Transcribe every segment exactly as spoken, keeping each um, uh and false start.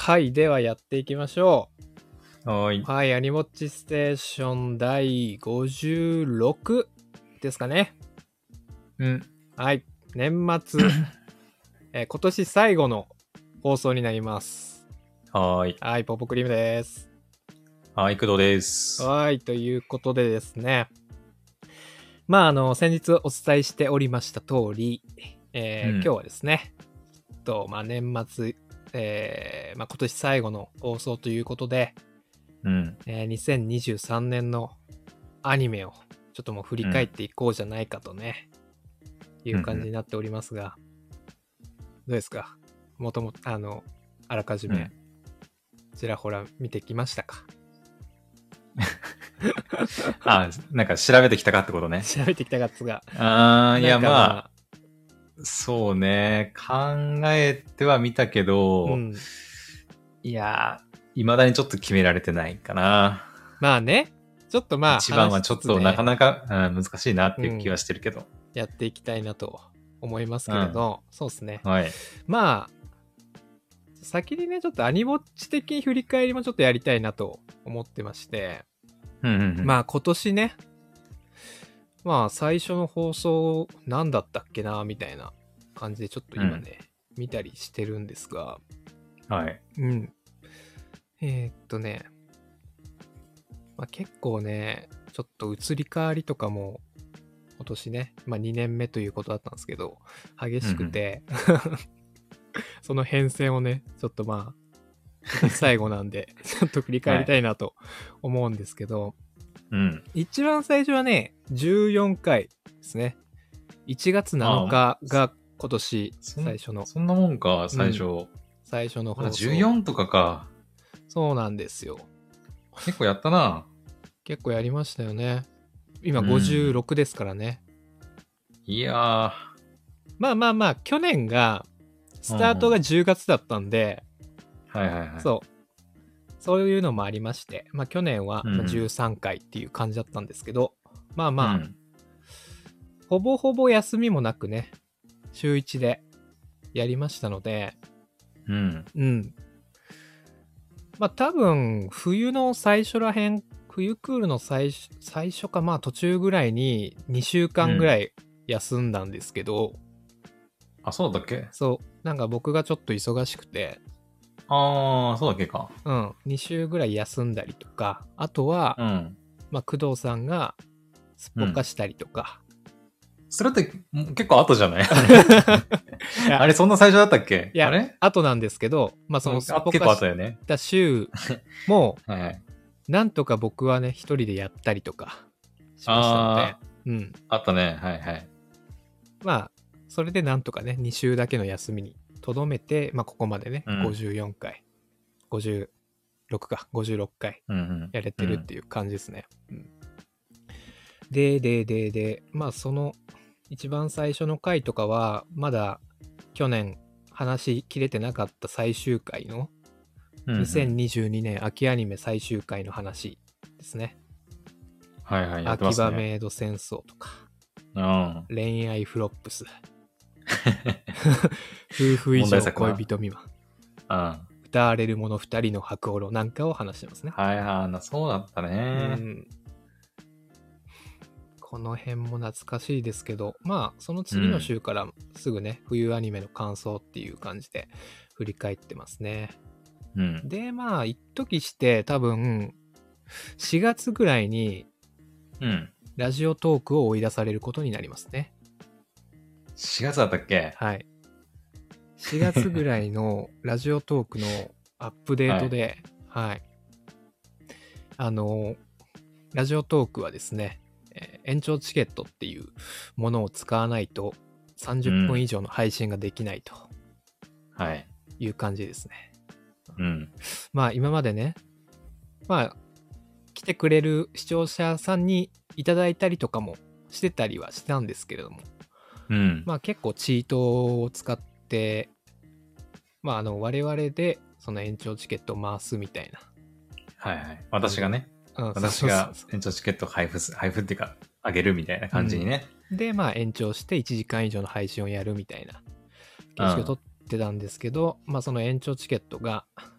はい、ではやっていきましょう。 はーい。 はい、アニモッチステーションだいごじゅうろくですかね。 うん。 はい、年末、えー今年最後の放送になります。 はーい。 はい、ポポクリームです。 はい、工藤です。 はい、ということでですね。まあ、あの、先日お伝えしておりました通り、えーうん今日はですね、と、まあ、年末、えーまあ、今年最後の放送ということで、 うん。 えーにせんにじゅうさんねんのアニメをちょっともう振り返っていこうじゃないかとね、いう感じになっておりますが、どうですか？もともと、あの、あらかじめ、ちらほら見てきましたか？ あ、なんか調べてきたかってことね。 調べてきたやつが。 あー、いや、 なんかまあ、そうね。考えてはみたけど、 うん。 いやー、未だにちょっと決められてないかな。 まあね、ちょっとまあ一番は話しつつね、 ちょっとなかなか、うん、難しいなっていう気はしてるけど。 やっていきたいなと思いますけれど、そうですね。 はい。 まあ、先にね、ちょっとアニモッチ的に振り返りもちょっとやりたいなと思ってまして、 うんうんうん。 まあ今年ね、まあ最初の放送何だったっけなみたいな感じでちょっと今ね、見たりしてるんですが、 はい。 うん。えーっとね、まあ、結構ね、ちょっと移り変わりとかも今年ね、まあにねんめということだったんですけど、激しくて、その変遷をね、ちょっとまあ、今年最後なんで、ちょっと振り返りたいなと思うんですけど、 うん。 一番最初はね、じゅうよんかいですね。いちがつなのかが今年そん最初の、 そんなもんか、最初。 最初のまだ放送。 じゅうよんとかか。 そうなんですよ。 結構やったな。 結構やりましたよね。今うんごじゅうろくですからね。 いやー。 まあまあまあ、去年が、スタートがじゅうがつだったんで、 はいはいはい。 そう。そういうのもありまして、まあ去年はうんうんじゅうさんかいっていう感じだったんですけど、まあまあ、 うんほぼほぼ休みもなくね、週いちでやりましたので、 うん。 うん。まあ多分、冬の最初らへん、冬クールの最初、最初かまあ途中ぐらいににしゅうかんぐらい休んだんですけど、 あ、そうだっけ？ そう、なんか僕がちょっと忙しくて、 あー、そうだっけか。 うん、に週ぐらい休んだりとか、あとは、 うん。 まあ工藤さんがすっぽかしたりとか、 それってもう結構後じゃないいやあれ、そんな最初だったっけ？ いやあれ後なんですけど、まあそのすっあ結構ぽかし後よね。 た週も、 はいはい。 なんとか僕はね、一人でやったりとかしましたのであ、 うん。 あったね。はいはい。 まあ、それでなんとかね、に週だけの休みにとどめて、まあここまでね、 うんごじゅうよんかい、ごじゅうろくか、ごじゅうろっかいうんうん。 やれてるっていう感じですね。うんで、で、で、で、まあその一番最初の回とかは、まだ去年話しきれてなかった最終回のうんうんにせんにじゅうにねん秋アニメ最終回の話ですね。 はいはい。やってま秋すね。 葉メイド戦争とか、 うん。 恋愛フロップス、夫婦以上問題作な恋人未満、 うん。 歌われる者二人の白オロなんかを話してますね。 はいはいな。そうだったうね。 ん。この辺も懐かしいですけど、まあその次の週からすぐね、冬アニメの感想っていう感じで振り返ってますね。 うん。 で、まあ一時して多分しがつぐらいにうん。 ラジオトークを追い出されることになりますね。 しがつだったっけ？ はい。しがつぐらいのラジオトークのアップデートで、はい、はい。あの、ラジオトークはですね、えー延長チケットっていうものを使わないとさんじゅっぷん以上の配信ができないとはい。 いう感じですね。 うん。 まあ今までね、まあ来てくれる視聴者さんにいただいたりとかもしてたりはしたんですけれども、 うん。 まあ結構チートを使って、まああの我々でその延長チケットを回すみたいな。 はいはい。私がね、 うん、 私が延長チケットを配布す、配布っていうか、あげるみたいな感じにね。 で、まあ延長していちじかん以上の配信をやるみたいな形式を取ってたんですけど、まあその延長チケットが、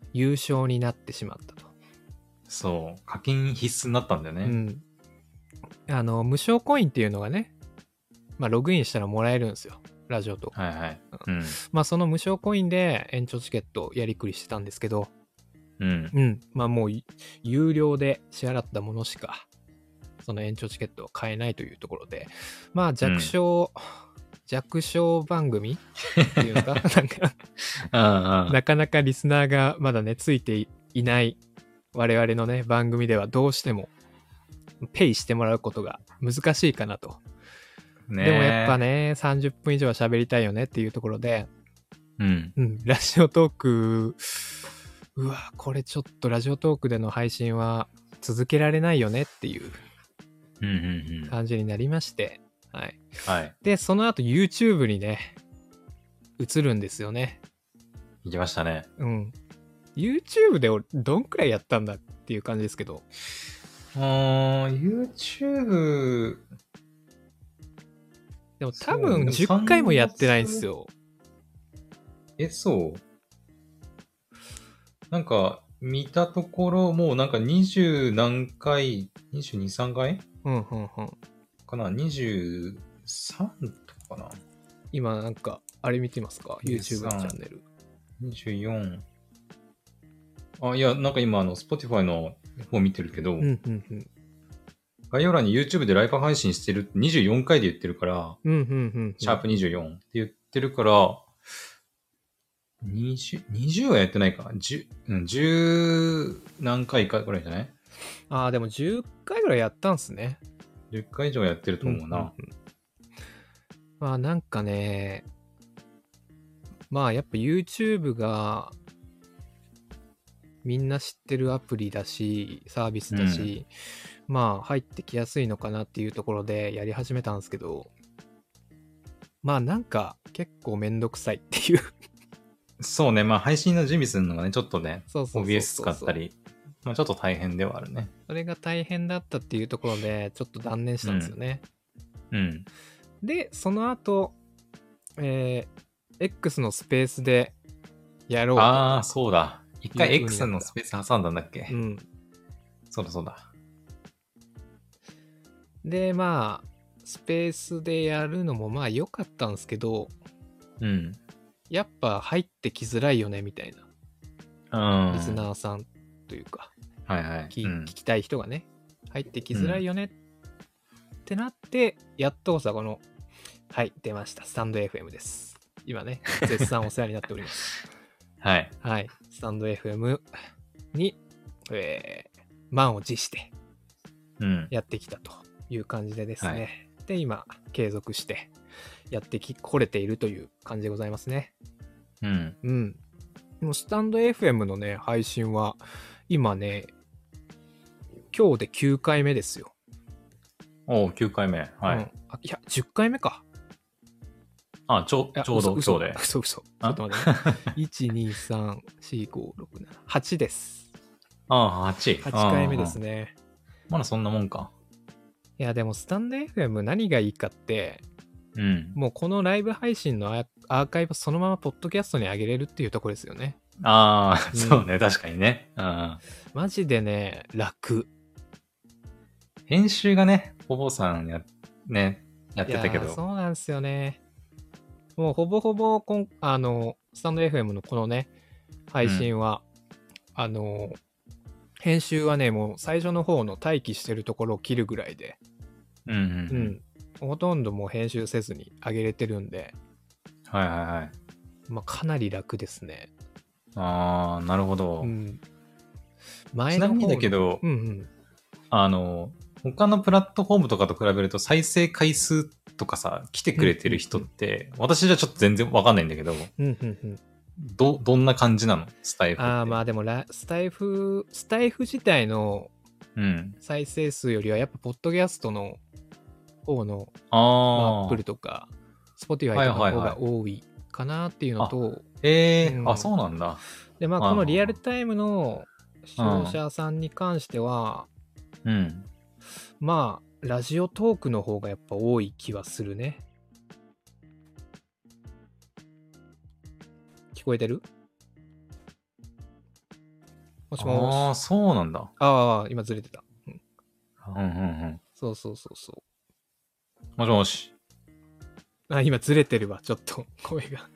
優勝になってしまったと。 そう。課金必須になったんだよね。 うん。あの、無償コインっていうのがね、まあ、ログインしたらもらえるんですよ。ラジオトーク。 はいはい。うん。 まあ、その無償コインで延長チケットをやりくりしてたんですけど、 うん。 うん。まあ、もう、有料で支払ったものしか、その延長チケットを買えないというところで、まあ、弱小、うん、弱小番組っていうのかなんかうんうん、 なかなかリスナーがまだね、ついていない我々のね、番組ではどうしてもペイしてもらうことが難しいかなと。 ね、 でもやっぱね、さんじゅっぷん以上は喋りたいよねっていうところで、 うん。 うん、ラジオトーク、うわ、これちょっとラジオトークでの配信は続けられないよねっていう感じになりまして、はい。 はい。 で、その後 YouTube にね、移るんですよね。 行きましたね。 うん。YouTube で俺どんくらいやったんだっていう感じですけど。 うーん、YouTube。 でも多分じゅっかいもやってないんですよ。 え、そうなんか、見たところ、もうなんかにじゅう何回、にじゅうに、さんかいうんうんうん。 かな ?にじゅうさんとかかな今なんか、あれ見てますか ?YouTube のチャンネル。 にじゅうよん。あ、いや、なんか今、あの、Spotify の方見てるけど、 うんうんうん。 概要欄に YouTube でライブ配信してるってにじゅうよんかいで言ってるから、 うんうんうんうん、 シャープにじゅうよんって言ってるから、にじゅう、にじゅうはやってないか。じゅう、うん、じゅう何回かぐらいじゃない？ ああ、でもじゅっかいぐらいやったんすね。 じゅっかい以上やってると思うな。うんうんうん、 まあなんかね、まあやっぱ YouTube がみんな知ってるアプリだし、サービスだし、うん、まあ入ってきやすいのかなっていうところでやり始めたんですけど、まあなんか結構めんどくさいっていうそうね、まあ配信の準備するのがね、ちょっとね、 そうそうそうそうオービーエス 使ったり、まあちょっと大変ではあるね。 それが大変だったっていうところで、ちょっと断念したんですよね。 うん。うん、 で、その後、えー、X のスペースでやろうと。 ああ、そうだ。一回 X のスペース挟んだんだっけ？ うん。 そうだそうだ。 で、まあ、スペースでやるのもまあ良かったんですけど、 うん。 やっぱ入ってきづらいよねみたいな。リスナーさんというか、 はいはい、 聞、 うん、 聞きたい人がね、入ってきづらいよねってなって、うん、やっとさ、この、はい、出ました。スタンド エフエム です。今ね、絶賛お世話になっております。 はい。 はい。スタンド エフエム に、えー、満を持してやってきたという感じでですね。はい、で、今、継続してやってき、これているという感じでございますね。 うん。 うん。でも、スタンド エフエム のね、配信は、今ね、今日できゅうかいめですよ。 おお、きゅうかいめ。はい。うん、 あ、いや、じゅっかいめか。 あ、ちょ、ちょうど今日で。 嘘嘘。ちょっと待ってね。いち、に、さん、よん、ご、ろく、なな、はちです。 ああ、はち。 はちかいめですね。 まだそんなもんか。 いや、でもスタンド エフエム 何がいいかって、うん、もうこのライブ配信のアーカイブそのままポッドキャストに上げれるっていうところですよね。 ああ、うん、そうね、確かにね。うん。 マジでね、楽。 編集がね、ほぼさんや、ね、やってたけど。 そうなんですよね。もうほぼほぼこん、あの、スタンド エフエム のこのね、配信は、うん、あの、編集はね、もう最初の方の待機してるところを切るぐらいで、 うんうん、うんうん、ほとんどもう編集せずに上げれてるんで、 はいはいはい。 まあ、かなり楽ですね。 ああ、なるほど。 うん、 前のちなみにだけど、 うんうん、 あの、他のプラットフォームとかと比べると再生回数とかさ、来てくれてる人って、うんうんうん、私じゃちょっと全然わかんないんだけど、 うんうんうん、 ど、どんな感じなのスタイフって。 ああ、まあでもラ、スタイフ、スタイフ自体の再生数よりはやっぱポッドキャストの方の、 あ、 まあ、Apple とか Spotify とかの方が多いかなっていうのと、はいはいはい、 ええーうん、あ、そうなんだ。 で、まあこのリアルタイムの視聴者さんに関しては、 うん、 まあラジオトークの方がやっぱ多い気はするね。聞こえてる？ もしもああ、 ーし。 そうなんだ。 ああ、今ずれてた。うん、 うんうんうん。 そうそうそうそもしもし。 う。あ、今ずれてるわ、ちょっと声が。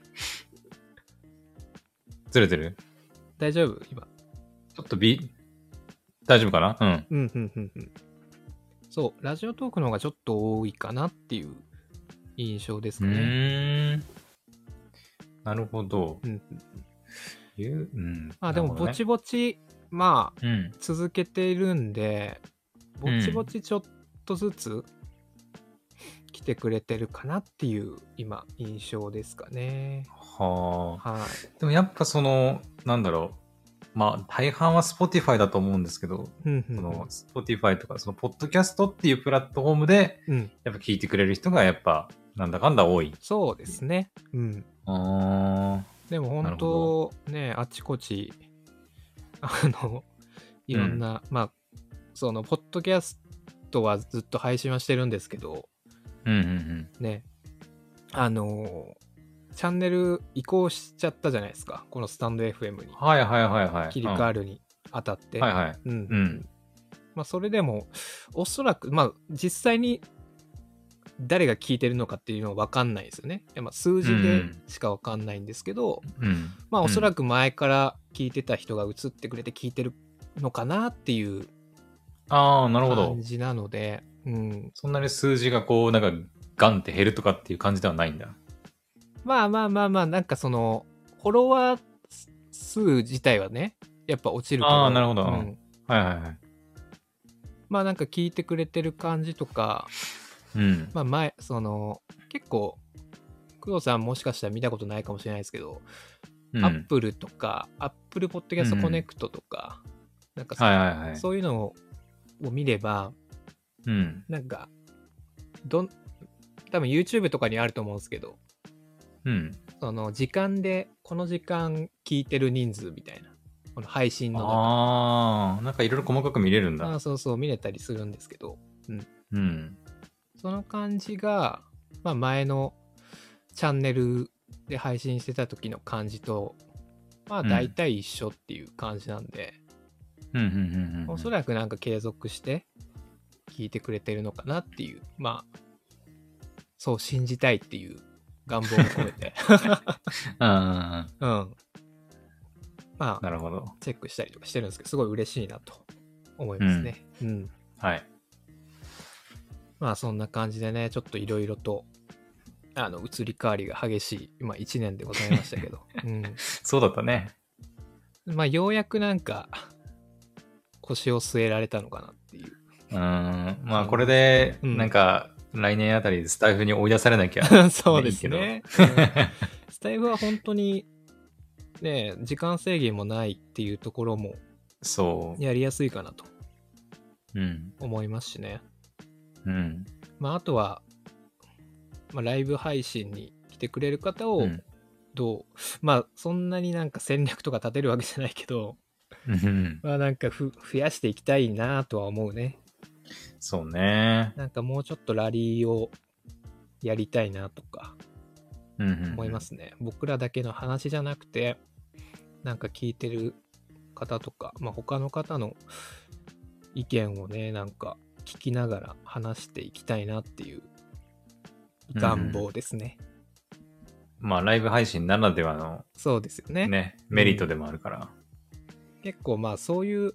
ずれてる？ 大丈夫今。 ちょっとビ、大丈夫かな？うん。 うん、うん、うん、うん。そう、ラジオトークの方がちょっと多いかなっていう印象ですうかね。 ーん。なるほど。 うん、うん。 いう、うん。 まあでも、ぼちぼち、まあ、 うん。 続けているんで、ぼちぼちちょっとずつ来てくれてるかなっていう今印象ですかね。 はあ。 はでもやっぱその、なんだろう。まあ、大半は Spotify だと思うんですけど、 い。うんうんその Spotify とか、その、ポッドキャストっていうプラットフォームで、 うん。うん。 やっぱ聞いてくれる人がやっぱ、なんだかんだ多い。 そうですね。うん。 あでも本なるほ当ね、あちこち、あの、いろんな、まあ、その、ポッドキャストはずっと配信はしてるんですけど、 ー。うんうんうん。 ね、あの、チャンネル移行しちゃったじゃないですか。このスタンド エフエム にはいはいはいはい。 切り替わるにあたって。 うんはいはい。 うん。 うん。 まあ、それでも、おそらく、まあ、実際に誰が聞いてるのかっていうのは分かんないですよね。いやまあ数字でしか分かんないんですけど、 うん。 まあ、おそらく。 く前から聞いてた人が映ってくれて聞いてるのかなっていうああ、なるほど感。じなので、うん。 そんなに数字がこう、なんか、ガンって減るとかっていう感じではないんだ。 まあまあまあまあ、なんかその、フォロワー数自体はね、やっぱ落ちるけど、 ああ、なるほど。 ううんん。はいはいはい。 まあなんか聞いてくれてる感じとか、 うん。 まあ前、その、結構、工藤さんもしかしたら見たことないかもしれないですけど、 うん。 アップルとか、アップルポッドキャストコネクトとか、なんかそ,、 はいはいはい。 そういうのを見れば、 うん。 なんか、どん、多分 YouTube とかにあると思うんですけど、 うん。 その時間で、この時間聞いてる人数みたいな、この配信の中で。 ああ、なんかいろいろ細かく見れるんだ。 あそうそう、見れたりするんですけど、うん。 うん。 その感じが、まあ前のチャンネルで配信してた時の感じと、まあ大体一緒っていう感じなんで、 うんうんうんうん。 おそらくなんか継続して聞いてくれてるのかなっていう、まあ、そう信じたいっていう願望を込めて、 あうん。まあ、 あ、 なるほど。 チェックしたりとかしてるんですけど、すごい嬉しいなと思いますね。うん。うん、 はい。 まあそんな感じでね、ちょっといろいろと、あの、移り変わりが激しい、まあ一年でございましたけど、うん。 そうだったね。 まあようやくなんか、腰を据えられたのかなっていう。 うーん。まあこれで、 うんなんか、来年あたりスタイフに追い出されなきゃ、 そうですね。うんスタイフは本当に、ね、時間制限もないっていうところもそやりやすいかなとう。うん。 思いますしね。 うん。 まああとは、まあ、ライブ配信に来てくれる方をうんどう、まあそんなになんか戦略とか立てるわけじゃないけど、 うんまあなんかふ増やしていきたいなとは思うね。 そうね。 なんかもうちょっとラリーをやりたいなとかうんうんうん思いますね。僕らだけの話じゃなくて、なんか聞いてる方とか、まあ他の方の意見をね、なんか聞きながら話していきたいなっていう願望ですね。 まあライブ配信ならではのそうですよね。 ね、メリットでもあるから。 結構まあそういう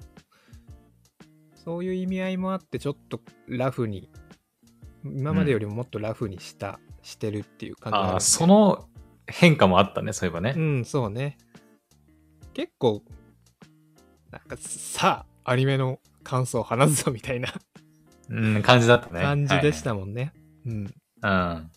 そういう意味合いもあってちょっとラフに今までよりももっとラフにした、してるっていう感じがあるんで。 ああ、その変化もあったね、そういえばね。 うんそうね。結構なんかさあアニメの感想を話すぞみたいなうん、感じだったね。 感じでしたもんね。うんはい。うん。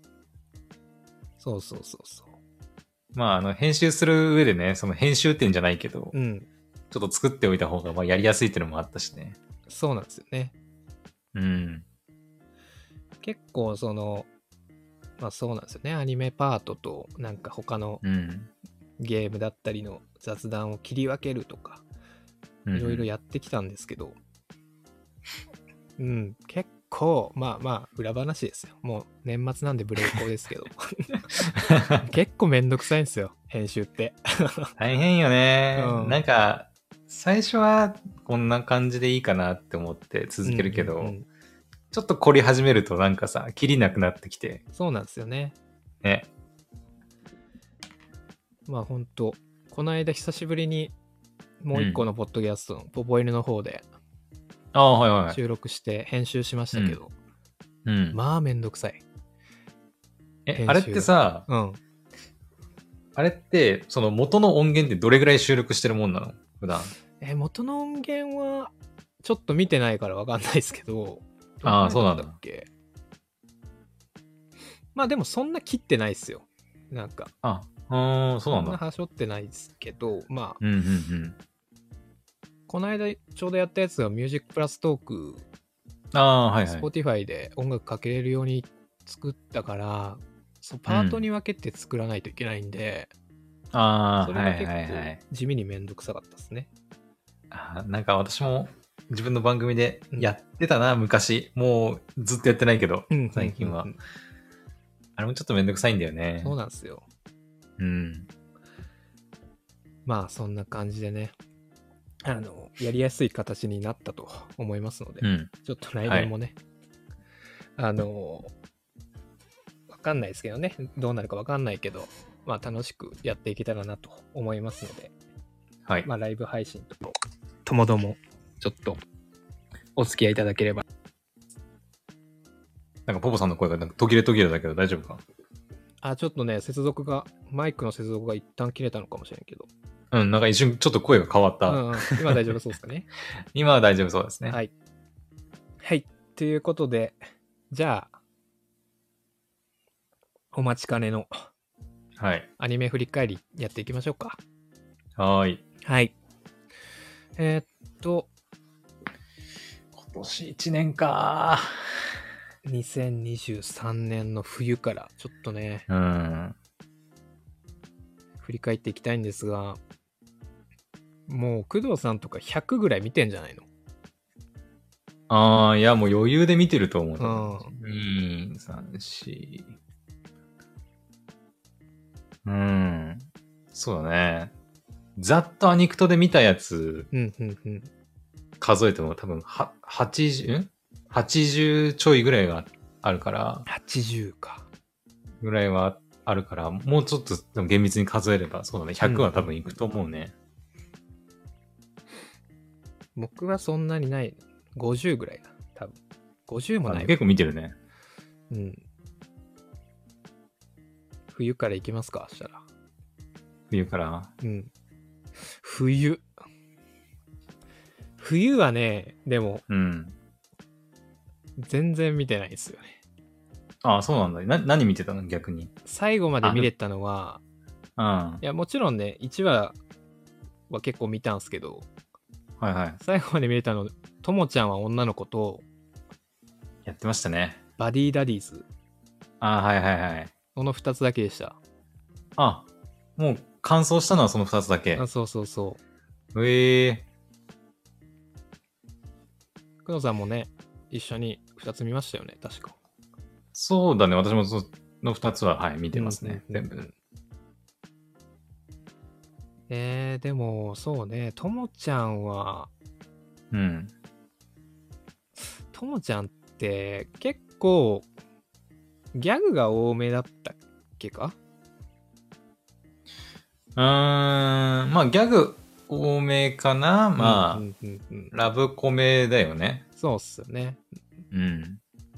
そうそうそうそう。 まあ、あの、編集する上でね、その編集点じゃないけど、 うんちょっと作っておいた方がまあやりやすいっていうのもあったしね。 そうなんですよね。 うん。 結構そのまあそうなんですよね。アニメパートとなんか他のうん。 ゲームだったりの雑談を切り分けるとかいろいろやってきたんですけど、うん、うん、結構まあまあ裏話ですよ。もう年末なんでブレイコーですけど結構めんどくさいんですよ編集って大変よね、 うん、 なんか最初はこんな感じでいいかなって思って続けるけど、 うんうんうんちょっと凝り始めるとなんかさ、きりなくなってきて。 そうなんですよね。 ね。 まあほんと、この間久しぶりにもう一個うんのポッドキャストのポポイルの方でああ、はいはいはい。 収録して編集しましたけど、 うん。 まあめんどくさい。 え、 編集あれってさ、 うん。 あれって、その元の音源ってどれぐらい収録してるもんなの普段。 え、元の音源はちょっと見てないからわかんないですけど、 ああどんぐらいだそうなんだったっけ？まあでもそんな切ってないっすよ。なんか、 あ、うーん、そうなんそんなだ。 はしょってないですけど、まあ、 うんうんうん。 この間ちょうどやったやつがミュージックプラストーク、 ああ、はいはい。 Spotify で音楽かけれるように作ったから、そうパートに分けて作らないといけないんで、 ああ、はいそれが結はいはい。 構地味にめんどくさかったですね。 あーなんか私も自分の番組でうんやってたな、昔。もうずっとやってないけど、 うん最近はうんうん。 あれもちょっとめんどくさいんだよね。 そうなんですよ。 うん。 まあそんな感じでね、あの、やりやすい形になったと思いますので、 うん。 ちょっと来年もね、あの、わかんないですけどね、どうなるかわかんないけど、まあ楽しくやっていけたらなと思いますので、 はい。 まあライブ配信とともどもちょっとお付き合いいただければ。 なんかポポさんの声がなんか途切れ途切れだけど大丈夫か？ あ、ちょっとね、接続が、マイクの接続が一旦切れたのかもしれんけど。 うん、なんか一瞬ちょっと声が変わった。 うんうん、今大丈夫そうですかね。 今は大丈夫そうですね。 はい。はい。ということで、じゃあ、お待ちかねのはい。 アニメ振り返りやっていきましょうか。 はーい。 はい。えーっと、 今年いちねんかにせんにじゅうさんねんの冬からちょっとね、 ー。うん。 振り返っていきたいんですが、もう工藤さんとかひゃくぐらい見てんじゃないの？ ああ、いやもう余裕で見てると思う。 うんに、さん、し。うん。そうだね。ざっとアニクトで見たやつうんうんうん。 数えても多分は、はちじゅう、ん はちじゅう ちょいぐらいがあるから、 はちじゅうか。 ぐらいはあるから、もうちょっとでも厳密に数えれば、そうだね。ひゃくは多分いくと思うね。 僕はそんなにない。ごじゅうぐらいだ。多分。ごじゅうもない。 あ結構見てるね。 うん。冬から行きますか、したら。 冬から。 うん。冬。冬はね、でも、 うん。 全然見てないですよね。 ああ、そうなんだ。な、何見てたの逆に。 最後まで見れたのは、 うん。はいや、もちろんね、いちわは結構見たんすけど、 いはい。 最後まで見れたの、ともちゃんは女の子と、 やってましたね。 バディダディーズ。 ああ、はいはいはい。 このふたつだけでした。 あ、もう完走したのはそのふたつだけあ。そうそうそう。 ええ工藤さんもね、一緒にふたつ見ましたよね、確か。 そうだね。私もそのふたつは、はい、見てますね。 うんうんうん全部。 えー、でも、そうね、ともちゃんは、 うん。 ともちゃんって結構、ギャグが多めだったっけか？ うーん、まあギャグ多めかな。まあ、 うんうんうんうん、 ラブコメだよね。 そうっすよね。 うん。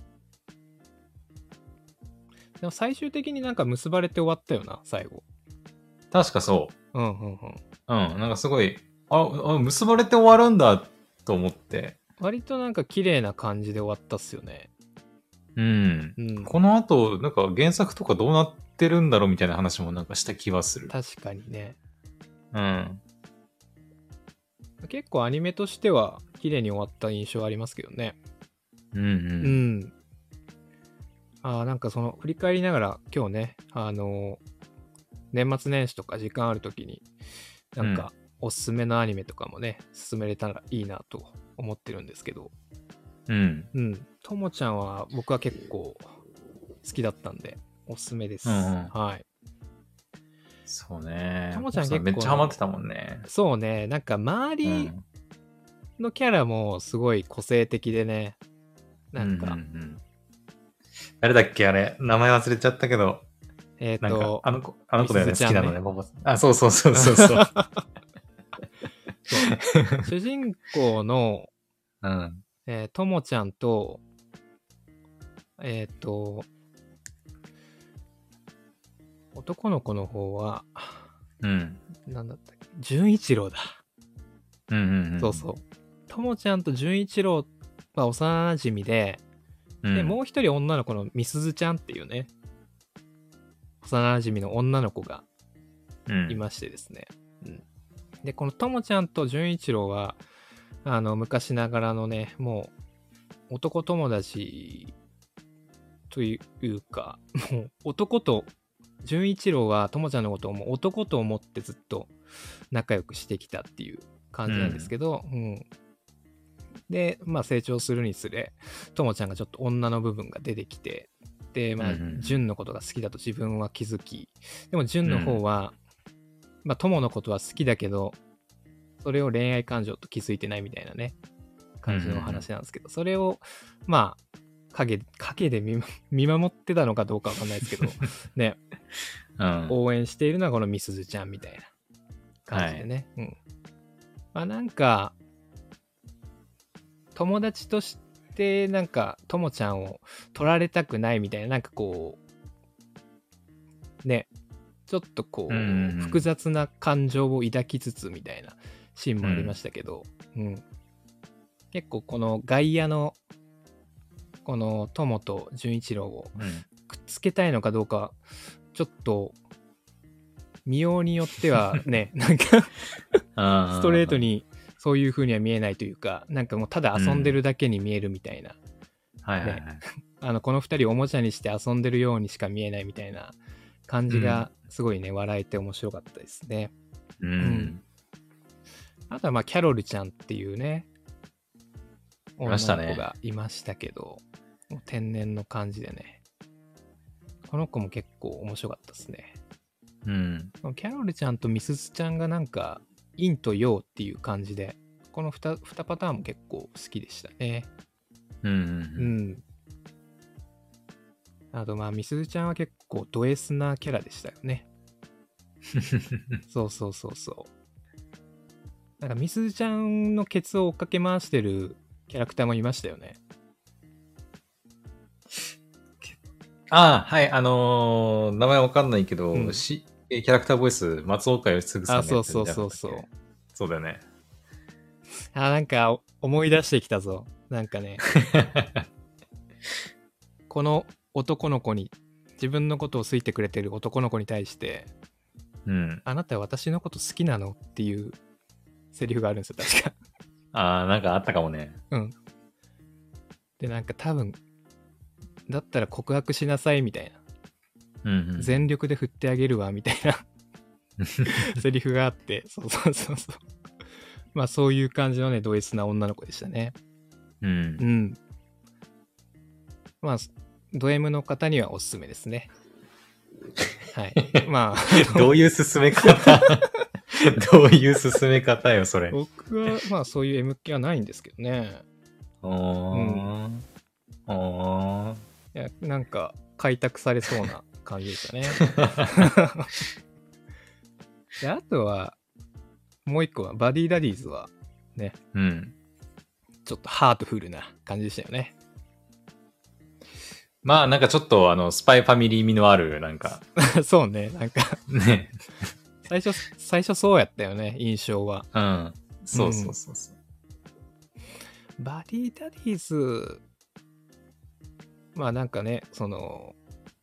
でも最終的になんか結ばれて終わったよな、最後。 確かそうんうんうん。 う。うん。なんかすごい、あ、あ結ばれて終わるんだと思って。 割となんか綺麗な感じで終わったっすよね。 うん。 うん。 この後、なんか原作とかどうなってるんだろうみたいな話もなんかした気はする。 確かにね。 うん。 結構アニメとしては綺麗に終わった印象ありますけどね。 うんう。 うんん。ああ、なんかその振り返りながら今日ね、あのー年末年始とか時間あるときに、なんかおすすめのアニメとかもね、進めれたらいいなと思ってるんですけど、 うん。 うん。ともちゃんは僕は結構好きだったんで、おすすめです。 うんうんはい。 そうね。 ともちゃん結構めっちゃハマってたもんね。 そうね、なんか周うりん。 のキャラもすごい個性的でね、なんか、 うんうんうん、誰だっけあれ。名前忘れちゃったけど。 えっ、 なんかと、 あの子、あの子だよね。 みすずちゃんね好きなのね、ボボさん。あ、そうそうそうそうそう。 そう主人公の、 うん。 えーともちゃんと、えっ、と、男の子の方は、 うん。 なんだったっけ、純一郎だ。 うんうんうん。 そうそう。ともちゃんと純一郎は幼馴染で、 うん。 で、もう一人女の子のみすずちゃんっていうね、幼馴染の女の子がうんいましてですね。うん、で、このともちゃんと純一郎は、あの、昔ながらのね、もう、男友達というか、もう、男と、純一郎はともちゃんのことをもう男と思ってずっと仲良くしてきたっていう感じなんですけど、うん、うん、で、まあ成長するにつれ、ともちゃんがちょっと女の部分が出てきて、で、まあ、純のことが好きだと自分は気づき、でも純の方は、うん、まあ、友のことは好きだけど、それを恋愛感情と気づいてないみたいなね、感じのお話なんですけど、それを、まあ、影、影で 見, 見守ってたのかどうかわかんないですけど、ね、うん、応援しているのはこのみすずちゃんみたいな感じでね。はい、うん。まあなんか、友達としてなんか、ともちゃんを取られたくないみたいな、なんかこう、ね、ちょっとこう、うんうんうん、複雑な感情を抱きつつみたいなシーンもありましたけど、うん、うん、結構この外野のこの友と純一郎をくっつけたいのかどうか、ちょっと見ようによってはね、なんかストレートにそういう風には見えないというか、なんかもうただ遊んでるだけに見えるみたいな、うん、はいはいはい、あのこのふたりをおもちゃにして遊んでるようにしか見えないみたいな感じがすごいね、うん、笑えて面白かったですね。うん、うん、あとはまあキャロルちゃんっていうね女の子がいましたけど、もう天然の感じでね、この子も結構面白かったですね。うん。キャロルちゃんとミスズちゃんがなんか陰と陽っていう感じで、この 2, 2パターンも結構好きでしたね。うんうん、うん、うん。あとまあミスズちゃんは結構ド S なキャラでしたよね。そうそうそうそう。なんかミスズちゃんのケツを追っかけ回してるキャラクターもいましたよね。 ああ、はい、あのー、名前わかんないけど、うん、しキャラクターボイス、松岡義嗣さんがやってるんじゃなかったっけ？あ、そうそうそうそう。そうだよね。 あ、なんか思い出してきたぞ。なんかね。この男の子に、自分のことを好いてくれてる男の子に対して、うん、あなたは私のこと好きなのっていうセリフがあるんですよ、確か。 ああ、なんかあったかもね。 うん。で、なんか多分、だったら告白しなさいみたいな。うんうん、全力で振ってあげるわみたいなセリフがあって、そうそうそうそう。まあそういう感じのね、ド S な女の子でしたね。うん。うん。まあ、ド M の方にはおすすめですね。はい。まあ。どういう進め方どういう進め方よ、それ。 僕は、まあそういう M 系はないんですけどね。 あー。うん。あー。いや、なんか開拓されそうな感じでしたね。で、あとは、もう一個は、バディダディーズは、ね。うん。ちょっとハートフルな感じでしたよね。 まあなんかちょっとあのスパイファミリー味のあるなんかそうね、なんかね最初最初そうやったよね、印象は。 うん、そうそうそうそう、 うん、バディダディーズ、まあなんかね、その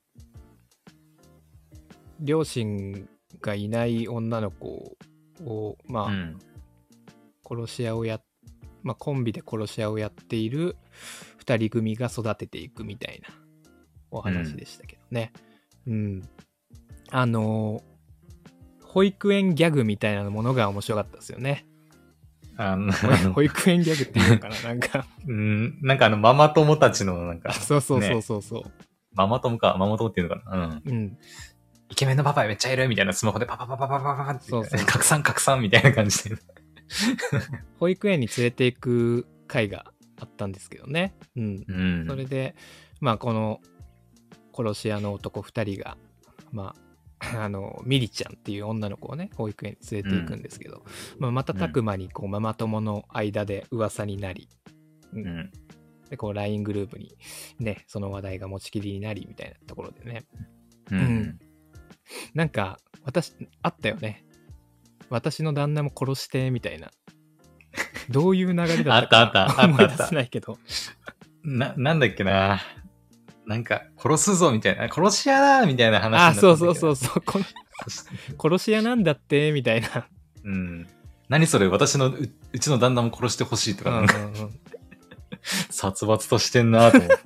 両親がいない女の子をまあ、うん、殺し屋をやまあコンビで殺し屋をやっている二人組が育てていくみたいなお話でしたけどね。うん。うん、あのー、保育園ギャグみたいなものが面白かったですよね。 あの保育園ギャグっていうのかな、なんかうん、なんかあのママ友たちのなんか、 ね、そうそうそうそうそう。 ママ友か、ママ友っていうのかな。うん。うん。 イケメンのパパめっちゃいるみたいなスマホでパパパパパパパパって、 そうそうそう拡散拡散みたいな感じで。 保育園に連れて行く回があったんですけどね。うん。 うん。 それで、まあ、この殺し屋の男ふたりが、まあ、あの、ミリちゃんっていう女の子をね、保育園に連れて行くんですけど、まあ、瞬く間にこうママ友の間で噂になり、うんうん。 で、こう ライン グループにね、その話題が持ちきりになりみたいなところでね。 うん。 うんなんか、私、あったよね。私の旦那も殺してみたいな。どういう流れだったかあったあったあった思い出せないけど。 な、なんだっけな。なんか、殺すぞみたいな、殺し屋だみたいな話になあ、 ったんだけど。 そうそうそうそう。この殺し屋なんだってみたいな。 うん。何それ、私のう、うちの旦那も殺してほしいとか、なんかうんうんうん殺伐としてんなと思って。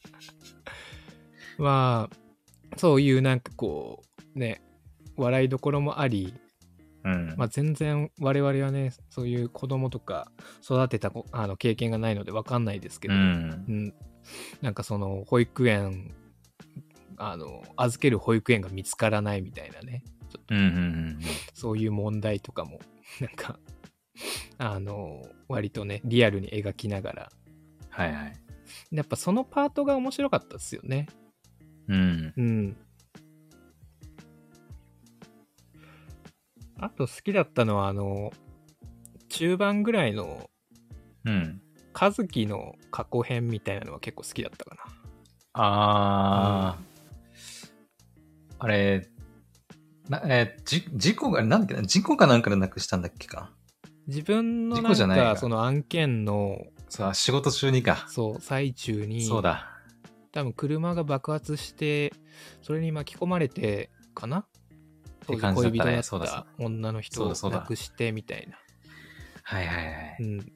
まあ、そういうなんかこう、ね、笑いどころもあり、 うん。 まあ、全然我々はね、そういう子供とか育てたこあの経験がないので分かんないですけど、 うん。 うんなんかその保育園、あの、預ける保育園が見つからないみたいなね、ちょっとうん。うん。 そういう問題とかも、なんか、あの、割とね、リアルに描きながら、 はいはい。 やっぱそのパートが面白かったですよね。 うん。 うん。あと好きだったのは、あの、中盤ぐらいの、 うん。 和樹の過去編みたいなのは結構好きだったかな。 あー。あれ、な、えーじ、事故が、なんだっけな、事故かなんかでなくしたんだっけか。 自分の事なん故じゃないかかその案件のさあ、仕事中にか。 そう最中にそうだ。 多分車が爆発してそれに巻き込まれてかな当時感じだったね恋人だっそうだそうた女の人をそうだそうだ亡くしてみたいな。 はいはいはい。 うん。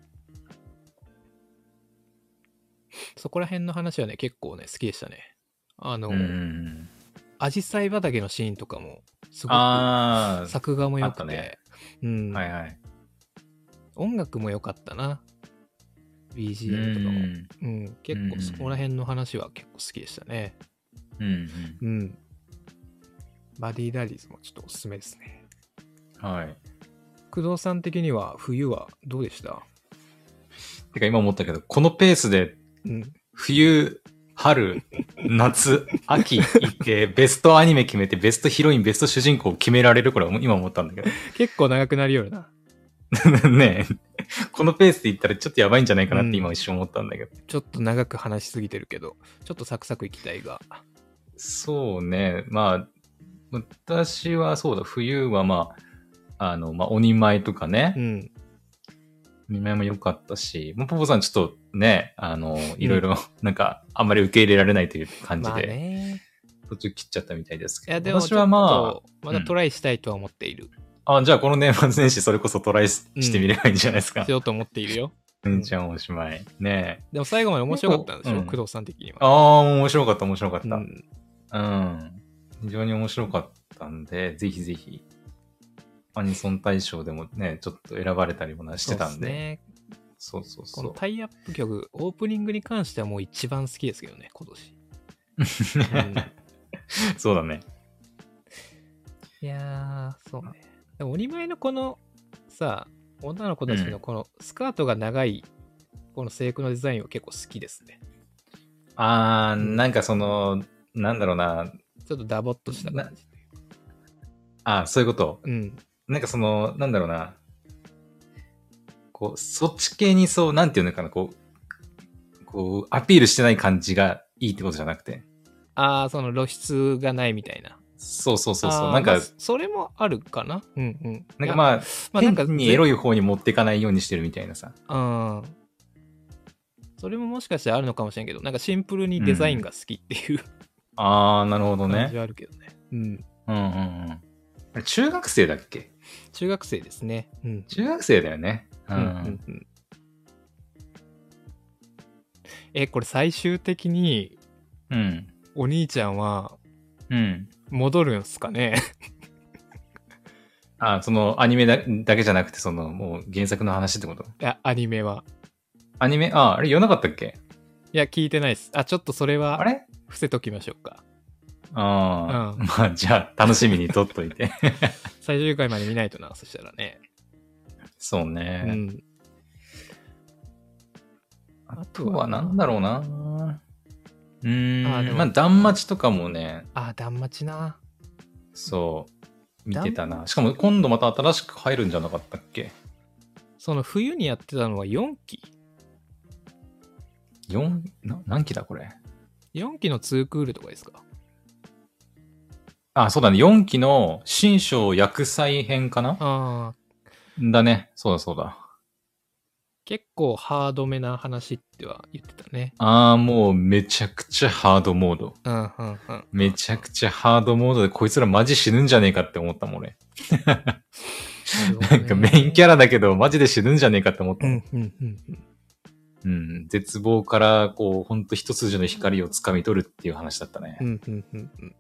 そこら辺の話はね結構ね好きでしたね。あの、 うんうんうん。 アジサイ畑のシーンとかもすごくあー。 作画も良くて、 あったねうん、 はいはい。 音楽も良かったな。ビージーエム とかも。 うんうん、結構そこら辺の話は結構好きでしたね。 うんうん。 うん。バディダディズもちょっとおすすめですね。 はい。 工藤さん的には冬はどうでした？ てか今思ったけど、このペースでうん。 冬、春、夏、秋行ってベストアニメ決めてベストヒロイン、ベスト主人公決められるから今思ったんだけど。 結構長くなるような。 ねえ。このペースで行ったらちょっとやばいんじゃないかなって今一瞬思ったんだけど。 ちょっと長く話しすぎてるけど、ちょっとサクサクいきたいが。 そうね。まあ、私はそうだ、冬はまあ、あの、まあ、鬼舞とかね。 うん。 鬼舞も良かったし、もうポポさんちょっとね、あの、いろいろ、なんか、あんまり受け入れられないという感じまあで、 ね。 途中切っちゃったみたいですいや、 けど、私はでもちょっまと、 あ、 まだトライしたいとは思っている。 あ、じゃあこの年末年始それこそトライしうんしてみればいいんじゃないですかし。ようと思っているよ。 うん、じゃあおしまい。ねえ。 でも最後まで面白かったんでしょ、 うん工藤さん的には。 ああ、面白かった、面白かった。 ううん。 ん。 非常に面白かったんで、ぜひぜひ、アニソン大賞でもね、ちょっと選ばれたりもしてたんで。 そうですね。 そうそうこそう。 のタイアップ曲、オープニングに関してはもう一番好きですけどね、今年。 そうだね。 いやー、そうね。でも鬼前のこのさ、女の子たちのこのスカートが長い、この制服のデザインは結構好きですね。 あー、 うんなんかその、なんだろうな。 ちょっとダボっとした感じ。 あー、そういうこと。 うん。 なんかその、なんだろうな。こう、そっち系にそう、なんていうのかな、こう、こう、アピールしてない感じがいいってことじゃなくて。 ああ、その露出がないみたいな。 そうそうそうそう。 あーなんか、 まあそれもあるかな。うんうん。あ、 なんかまあ、 まあなんか変にエロい方に持っていかないようにしてるみたいなさ。 うん。それももしかしたらあるのかもしれんけど、なんかシンプルにデザインが好きっていう、 あー、なるほどね感じ。はあるけどね。うん。 うんうんうん。あれ中学生だっけ？ 中学生ですね。うん。 中学生だよね。う。 うんんうんうん。え、これ最終的にうん。 お兄ちゃんはうん。 戻るんすかね？ あ、そのアニメだだけじゃなくて、そのもう原作の話ってこと？ いや、アニメは。 アニメ、あ、あれ言わなかったっけ？ いや、聞いてないです。あ、ちょっとそれはあれ伏せときましょうか。 ああ、 うんまあじゃあ楽しみに撮っといて。 最終回まで見ないとな、そしたらね。 そううね。 ん。 あとはなんだろうな。うーん、 あでもまあ、断末とかもね、 あ、断末な。 そう、見てたな。しかも今度また新しく入るんじゃなかったっけ？ その冬にやってたのはよんき。 よん、な何期だこれ。 よんきのツークールとかですか？ あ、そうだね。よんきの新章薬剤編かなああ、 だね。そうだそうだ。 結構ハードめな話っては言ってたね。 ああ、もうめちゃくちゃハードモード。 うん、うん、うん。 めちゃくちゃハードモードでこいつらマジ死ぬんじゃねえかって思ったもん俺。 なるほどねなんかメインキャラだけどマジで死ぬんじゃねえかって思ったもん。 うん、うん、うん、うん。 うん。絶望からこう、ほんと一筋の光を掴み取るっていう話だったね。 うん、うん、うん、うんうん。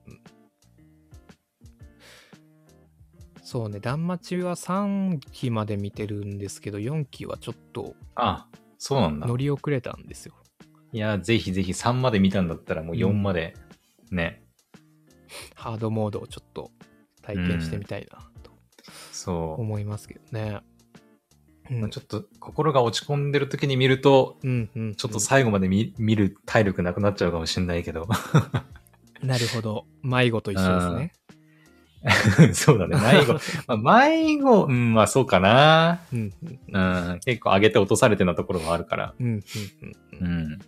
そうね、断末はさんきまで見てるんですけど、よんきはちょっとあ、そうなんだ乗。り遅れたんですよ。 いや、ぜひぜひさんまで見たんだったらもうよんまでね。 ハードモードをちょっと体験してみたいなとそう。 思いますけどね。うんまあちょっと心が落ち込んでる時に見ると、 うんうんうん、 ちょっと最後まで見見る体力なくなっちゃうかもしれないけど。 なるほど。迷子と一緒ですね。 そうだね。迷子。まあ、迷子、うん、まあそうかな。 うんうんうんうん、結構上げて落とされてなところもあるから。 うんうんうんううんん。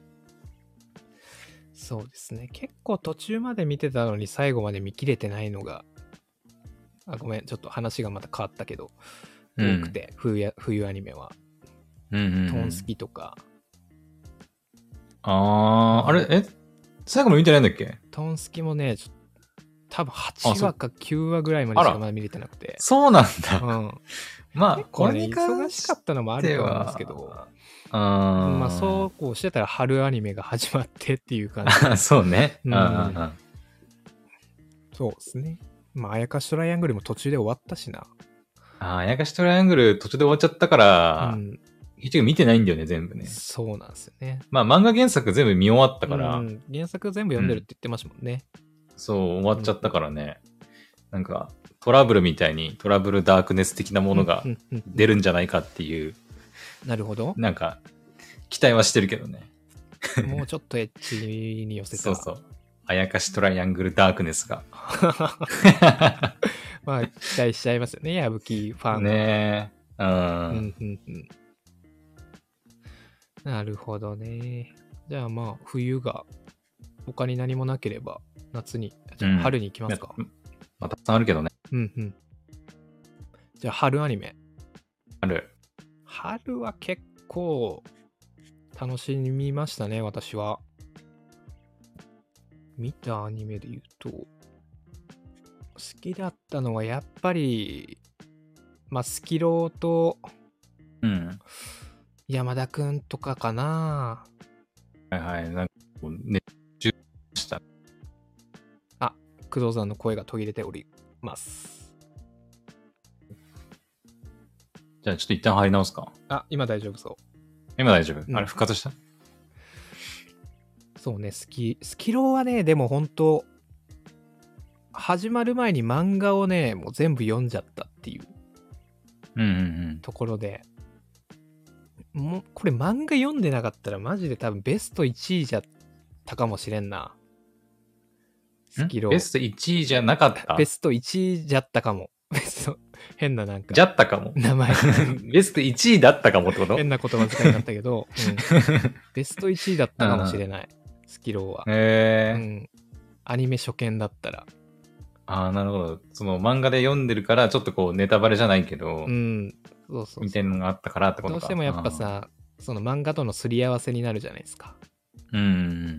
そうですね。結構途中まで見てたのに最後まで見切れてないのが、あ、ごめん、ちょっと話がまた変わったけど、多くて、冬や冬アニメは。 うんうんうん、 トンスキとか。 あー、あれ、え最後まで見てないんだっけ？ トンスキもね、ちょ多分はちあそわかきゅうわぐらいまでしかまだ見れてなくて。 そうなんだ。 うん。 まあ、 結構ね、 これに関忙しかったのもあると思うんですけど、 あまあそうこうしてたら春アニメが始まってっていう感じ。 う。そうね。 ううんんうんうん。 そうですね。まあ、あやかしトライアングルも途中で終わったしな。 ああ、やかしトライアングル途中で終わっちゃったかうら、 ん。 結局見てないんだよね、全部ね。 そうなんですよね。 まあ漫画原作全部見終わったから、 うん、原作全部読んでるって言ってましたもんね。 そう、終わっちゃったからね。なんか、トラブルみたいにトラブルダークネス的なものがうんうんうん出るんじゃないかっていう、 なるほど。 なんか、期待はしてるけどね。 もうちょっとエッジに寄せた。 そうそう。あやかしトライアングルダークネスが。 まあ、期待しちゃいますよね、矢吹ファンは。 ねえ。うん。 うんうんうん。なるほどね。じゃあまあ、冬が他に何もなければ、夏に、じゃあうん春に行きますか。 まあ、たくさんあるけどね。 うんうん。じゃあ春アニメ。 ある。 春は結構楽しみましたね、私は。見たアニメで言うと、好きだったのはやっぱり、まあ、スキローとうん。 山田くんとかかな。 はいはい。なんかこう、熱中した。 あ、工藤さんの声が途切れております。 じゃあちょっと一旦入り直すか。 あ、今大丈夫そう。 今大丈夫、 うんあれ復活した？ そうね、スキ、スキローはね、でも本当始まる前に漫画をね、もう全部読んじゃったっていううんうんところで、もう、これ漫画読んでなかったらマジで多分ベストいちいじゃったかもしれんな。 うん。 スキロー。 ベストいちいじゃなかったベストいちいじゃったかも。ベスト、変ななんか。 じゃったかも。 名前。 ベストいちいだったかもってこと？ 変な言葉遣いになったけど、うん、ベストいちいだったかもしれない。スキローは。 へえー。 うん。アニメ初見だったら。 ああ、なるほど。その漫画で読んでるから、ちょっとこうネタバレじゃないけど、 うん。そうそうみたいなのがあったからってことか。 どうしてもやっぱさ、その漫画とのすり合わせになるじゃないですか。 うん。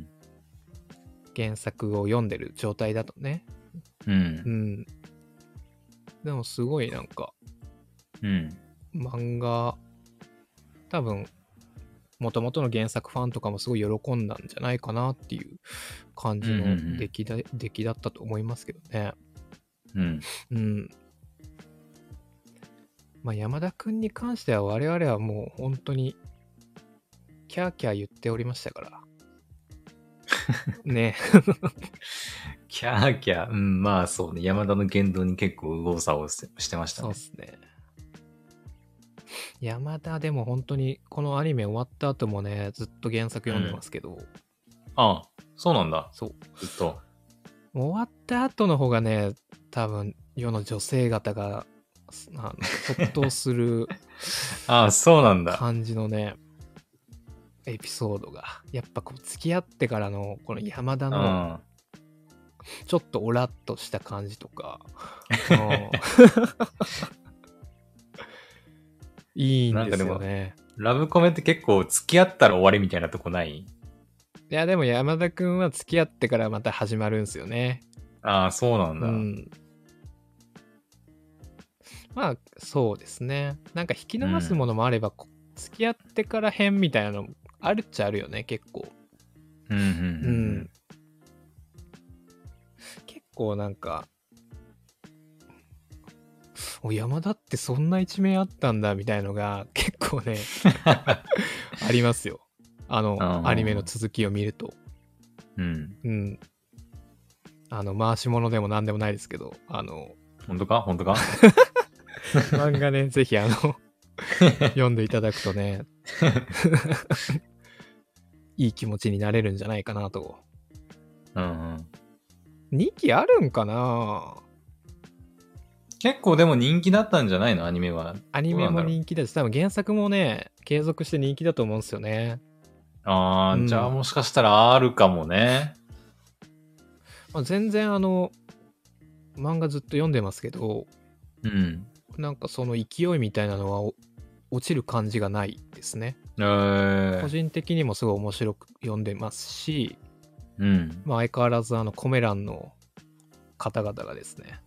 原作を読んでる状態だとね。 うん。 うん。でもすごいなんか、 うん。 漫画、多分、もともとの原作ファンとかもすごい喜んだんじゃないかなっていう感じの出来だ、うんうんうん、出来だったと思いますけどね。 うん。 うん。まあ山田くんに関しては我々はもう本当にキャーキャー言っておりましたから。ねキキャーキャー。うん、まあそうね。山田の言動に結構右往左往してしてましたねそうっ。すね。山田でも本当にこのアニメ終わった後もね、ずっと原作読んでますけど、 ああ、そうなんだ。 そう。 ずっと。 終わった後の方がね、多分世の女性方が、あの、卒倒するああ、そうなんだ。 感じのね、エピソードが、やっぱこう付き合ってからのこの山田うのん。 ちょっとオラッとした感じとか、うんいいんですよね。 ラブコメって結構付き合ったら終わりみたいなとこない？ いや、でも山田くんは付き合ってからまた始まるんですよね。 ああ、そうなんだ。 うん。まあ、そうですね。なんか引き伸ばすものもあれば、こ付き合ってから編みたいなのあるっちゃあるよね、結構。 うんうんうんううんん。結構なんか、お、山田ってそんな一面あったんだみたいのが結構ね、ありますよ。あの、 あーアニメの続きを見ると。 うん。 うん。あの、回し物でも何でもないですけど、あの、 本当か本当か漫画ね、ぜひあの、読んでいただくとね、いい気持ちになれるんじゃないかなと。 うんうん。 にきあるんかな？ 結構でも人気だったんじゃないのアニメは。 アニメもどうなんだろう。 人気だし、多分原作もね、継続して人気だと思うんですよね。 ああ、 うんじゃあもしかしたらあるかもね。 まあ、全然あの、漫画ずっと読んでますけど、 うん。 なんかその勢いみたいなのはお落ちる感じがないですね。 えー個。人的にもすごい面白く読んでますし、 うん。 まあ、相変わらずあのコメ欄の方々がですね、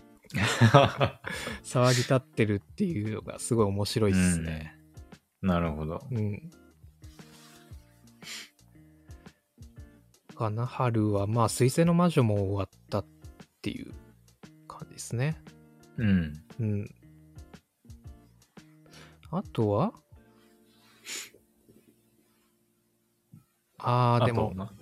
騒ぎ立ってるっていうのがすごい面白いですね。 なるほど。 うん。かな、春はまあ、水星の魔女も終わったっていう感じですね。 うん。 うん。あとはああ、でも、 あとな。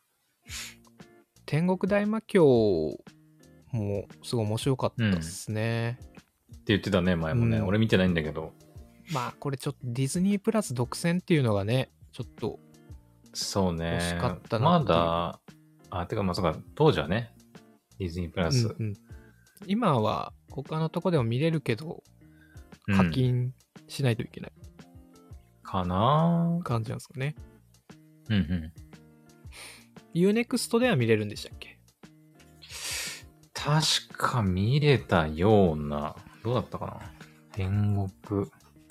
天国大魔教もすごい面白かったっすね。 って言ってたね、前もね。 うん俺見てないんだけど。 まあ、これちょっとディズニープラス独占っていうのがね、ちょっと、 そうね。 惜しかったなっていうまだ、あ、てかまあそうか、当時はね、ディズニープラス。 うんうん、今は他のとこでも見れるけど、 うん課金しないといけないかな感じなんですかね。 うんうん。 ユーネクスト では見れるんでしたっけ？ 確か見れたような、どうだったかな天国、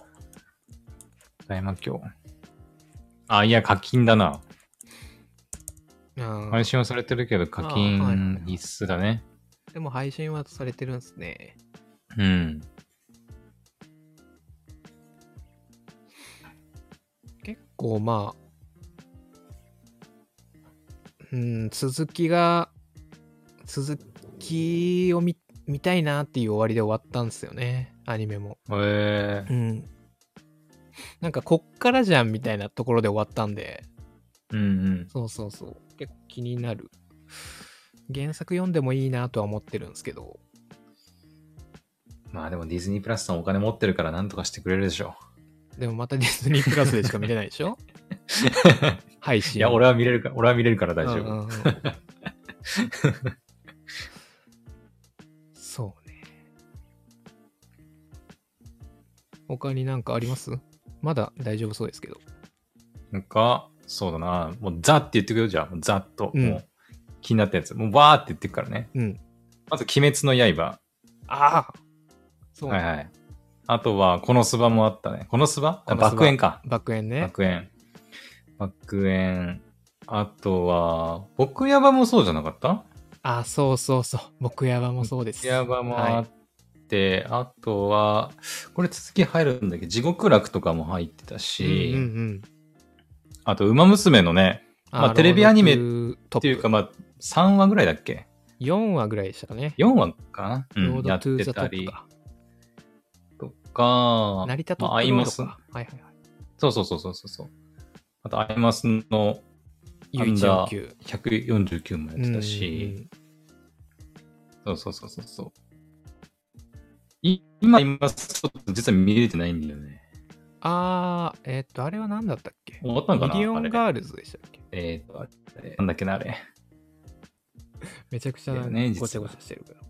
大魔教。あ、いや、課金だな。 あー配信はされてるけど、課あーはいはいはい金必須だね。 でも配信はされてるんですね。 うん。 結構まあ、うん、続きが、続きを見見たいなっていう終わりで終わったんですよね、アニメも。 へえう。ん。なんかこっからじゃんみたいなところで終わったんで、 うんうん。 そうそうそう、結構気になる。原作読んでもいいなとは思ってるんですけど、 まあでもディズニープラスさんお金持ってるからなんとかしてくれるでしょでもまたディズニープラスでしか見れないでしょ配う。 信。 いや、俺は見れるか、俺は見れるから大丈夫。 うんうんうんそうね。他になんかあります？まだ大丈夫そうですけど。 なんか、そうだな。もうザって言ってくよ、じゃあ。もうザっと。 うんもう気になったやつ。もうバーって言ってくからね。 うん。 まず、鬼滅の刃。 ああそう、 はいはい。あとは、このスバもあったね。このスバこのスバ爆炎か。 爆炎ね。 爆炎。爆炎。あとは、僕ヤバもそうじゃなかったあ、そうそうそう。僕ヤバもそうです。 ヤバもあはって、あとは、これ続き入るんだけど、地獄楽とかも入ってたい。 し、 うんうんうん。 あと、馬娘のね、まあテレビアニメっていうか、まあさんわぐらいだっけ ? よんわぐらいでしたかね。 よんわかな、うん、 ロードやっトゥーザトてたりップか。 とか、 成田トまあ、アップローイマス。 ドか。はいはいはい。 そうそうそうそうそう。あと、アイマスのアユインダーチオーキューひゃくよんじゅうきゅうもやってたし、 うんうんそうそうそうそうそう。い今、今、ちょっと実は見れてないんだよね。 あー、えっと、あれは何だったっけ？ 終わったのかミリオなあれ。 ンガールズでしたっけ？ えっ、と、あれ、なんだっけな、あれ。 めちゃくちゃだよね、 ごちゃ実は。 ごちゃしてるから。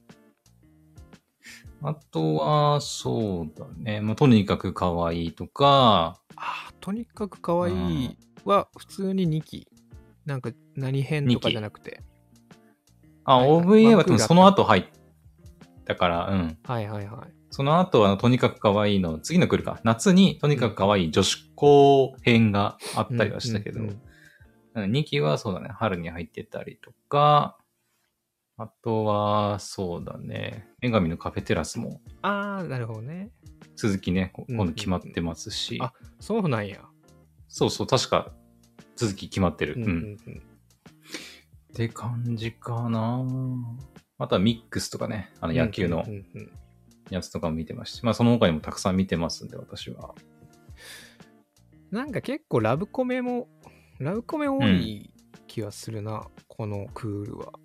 あとは、そうだね。まあ、とにかく可愛いとか、 あー、とにかく可愛いは普通ににき。なんか何編とかじゃなくて。 あ、 はいはいオーブイエー は多分そワンクールあったの後入ったから、うん。 はいはいはい。 その後は、とにかく可愛いの、次の来るか。夏にとにかく可愛い女子高編があったりはしたけど、 うんうんうんうんにきはそうだね、春に入ってたりとか、あとは、そうだね、女神のカフェテラスもあー、なるほどね。 続きね、 うん今度決まってますし、 あ、そうなんや。 そうそう、確か続き決まってる。うん。 うんうんうん。 って感じかな。あとはミックスとかね、あの野球のうんうんうんうんやつとかも見てますし、まあその他にもたくさん見てますんで、私は。 なんか結構ラブコメも、ラブコメ多い気がするな、このクールは。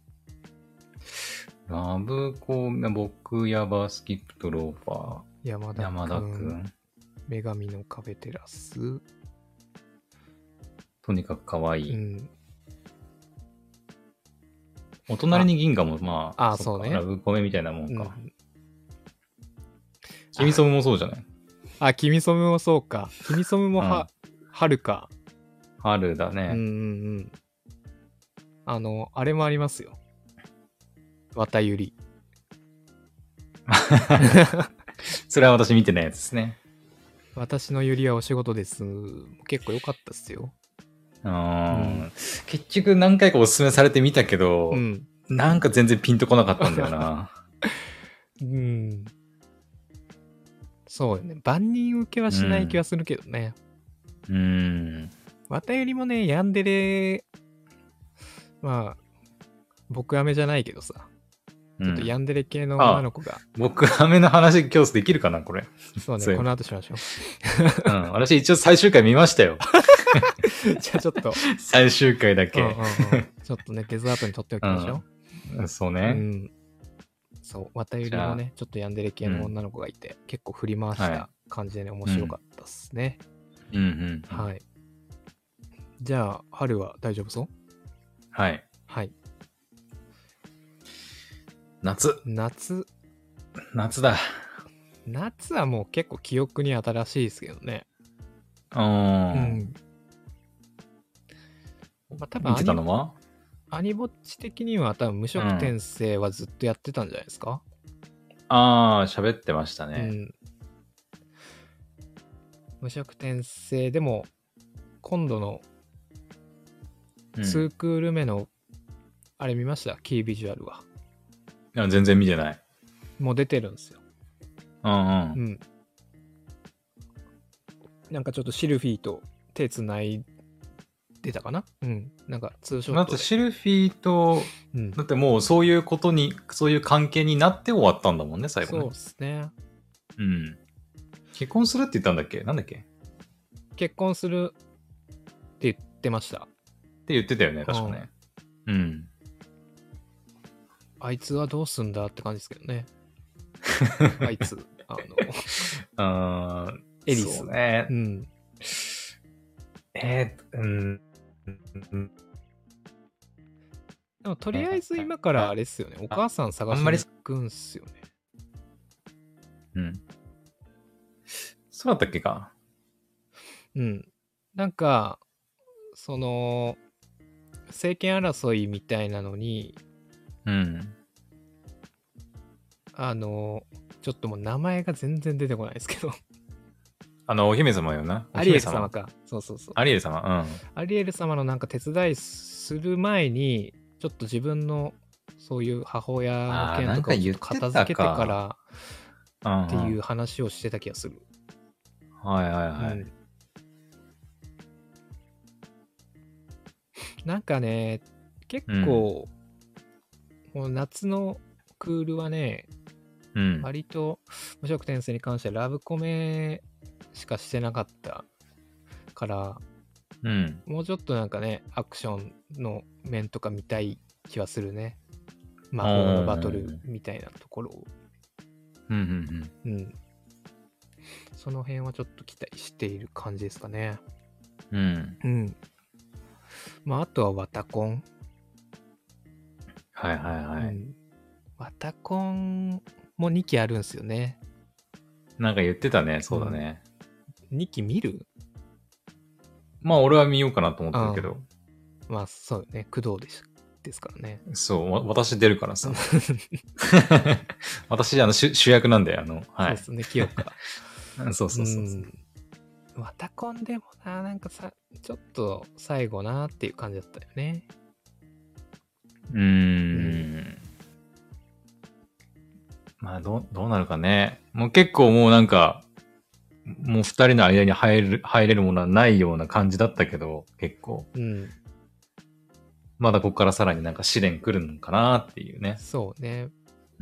ラブコメ、僕、ヤバ、スキップとローファー、 山田山田くくん、 ん。 女神のカフェテラス。 とにかく可愛い。 うん。 お隣に銀河もまあ、 あっかそうねラブコメみたいなもんか。 うんキミソムもそうじゃない？ あ、キミソムもそうか。キミソムもは、春か。 春だね。 うんうんうん。あの、あれもありますよ。綿ゆり。 それは私見てないやつですね。 私のゆりはお仕事です。結構良かったっすよ。 うーんうん結局何回かおすすめされてみたけど、 うん。 なんか全然ピンとこなかったんだよな。 うん。そうよね。万人受けはしない気はするけどね。 うーん。 綿ゆりもね、ヤンデレ、まあ、僕アメじゃないけどさ、ちょっとヤンデレ系の女の子が、 僕、アメの話今日できるかなこれ。 そうね、 そうこの後しましょう。 うん。私一応最終回見ましたよ。 じゃあちょっと、 最終回だけ。 うんうんうん、ちょっとね、デザートに取っておきましょう。 そうね。 ん。そう、綿ゆりもね、ちょっとヤンデレ系の女の子がいて、結構振り回した感じでね、面白かったっすね。 うんうん。 はい。じゃあ、春は大丈夫そう？ はい。 はい。 夏。 夏。 夏だ。 夏はもう結構記憶に新しいですけどね。 う。 うんん。まあ多分見てたのはアニボッチ的には多分無色転生はずっとやってたんじゃないですか？ ああ、喋ってましたうね。 ん。無色転生でも今度のうんにクール目のあれ見ました？キービジュアルは。 いや全然見てない。 もう出てるんですよ。 うんうん。 うん。なんかちょっとシルフィーと手つないでたかな？うん。なんかツーショだってットで。 シルフィーと、 うん。 だってもうそういうことに、そういう関係になって終わったんだもんね、最後ね。 そうですね。 うん。結婚するって言ったんだっけなんだっけっ結婚するって言ってました。 て言ってたよね、確かね。うん。 あいつはどうすんだって感じですけどね。あいつ、あの、 あーエリスそうねう。ん。 えー、うん。 でもとりあえず今からあれっすよね。お母さん探しに行くんすよね。 うん。そうだったっけか。 うん。なんか、その、政権争いみたいなのに、 うん。 あの、ちょっともう名前が全然出てこないですけど、 あの、お姫様よな。 アリエル様か。そうそうそう。 アリエル様。 アリエル様のなんか手伝いする前に、ちょっと自分のそういう母親の件とかをちょっと片付けてからっていう話をしてた気がする。 はいはいはい。 うん、なんかね、結構、うん、この夏のクールはね、 うん、 割と無色転生に関してはラブコメしかしてなかったから、 うん、 もうちょっとなんかね、アクションの面とか見たい気はするね。 魔法のバトルみたいなところを、 うんうんうん、その辺はちょっと期待している感じですかね。 うん。うん。 うん。まああとはワタコン。 はいはいはい。 うん、ワタコンもにきあるんですよね。 なんか言ってたね、そうだね。 うん、にき見る？ まあ俺は見ようかなと思ってるけど。 まあそうよね、工藤ですですからね。 そう、わ私出るからさ。私あの主主役なんだよ、あの、はい。 そうですね、清香。 そうそうそうそう。 ワタコンでもな、なんかさ、ちょっと最後なっていう感じだったよね。 うーん。うん、まあどう、どうなるかね。もう結構もうなんか、もう二人の間に入る、入れるものはないような感じだったけど、結構。 うん。 まだここからさらになんか試練来るのかなっていうね。 そうね。 うん。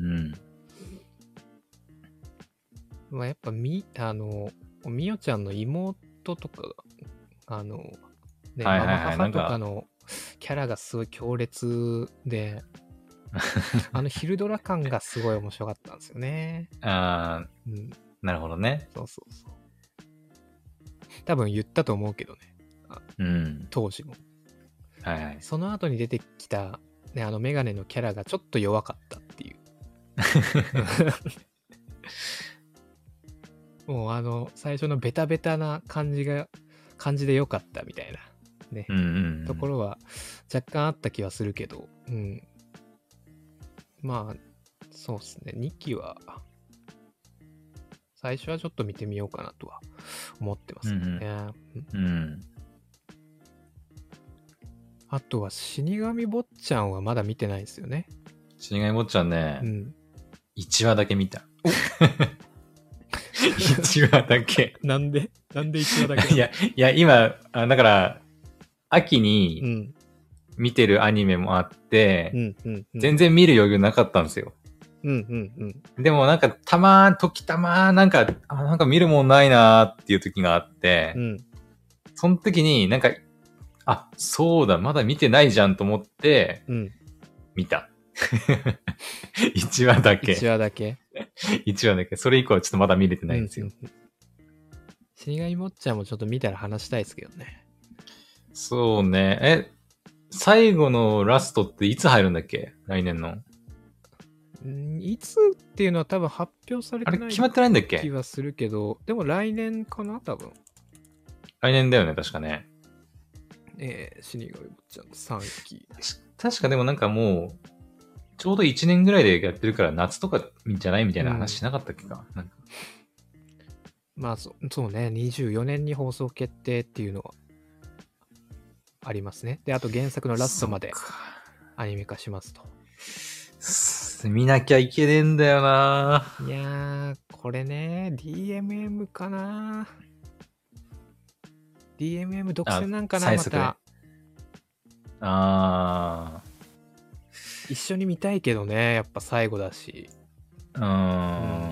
まあやっぱみ、あの、みよちゃんの妹とかが、あの、ね、 はいはいはい、 ママ母とかなんのキャラがすごい強烈で、あのヒルドラ感がすごい面白かったんですよね。 ああ、 うん。 なるほどね。 そうそうそう。多分言ったと思うけどね。 うん。 当時も。 はいはい。 その後に出てきた、ね、あのメガネのキャラがちょっと弱かったっていう。もうあの、最初のベタベタな感じが、感じで良かったみたいな、ね、 うんうんうん、 ところは若干あった気はするけど、うん。まあ、そうですね。にきは、最初はちょっと見てみようかなとは思ってますけどね。 うん、うん。 あとは死神坊ちゃんはまだ見てないですよね。 死神坊ちゃんね、うん、いちわだけ見た。いちわだけ。 なんでなんでいちわだけいや、いや、今、あだから、秋に見てるアニメもあって、うんうんうん、全然見る余裕なかったんですよ。 うんうんうん。 でもなんか、たまー、時たまー、なんか、あ、なんか見るもんないなーっていう時があって、うん、その時になんか、あ、そうだ、まだ見てないじゃんと思って、うん、見た。いちわだけ。 いちわだけいちわだけ。それ以降はちょっとまだ見れてないんですよ。うんうんうん、 死神坊ちゃんもちょっと見たら話したいですけどね。 そうね。え、最後のラストっていつ入るんだっけ？来年の。 んいつっていうのは多分発表されてない。 あれ決まってないんだっけ？ 気はするけど、でも来年かな多分。 来年だよね、確かね。 えー、死神坊ちゃんさんき。 確かでもなんかもう、ちょうどいちねんぐらいでやってるから夏とかじゃないみたいな話しなかったっけか、うん、なんかまあそ、そうね、にじゅうよねんに放送決定っていうのはありますね。で、あと原作のラストまでアニメ化しますと。 見なきゃいけねえんだよな。 いやー、これね、ディーエムエム かな。ディーエムエム 独占なんかな、また。 あー。 一緒に見たいけどね、やっぱ最後だし。 うーん。うん、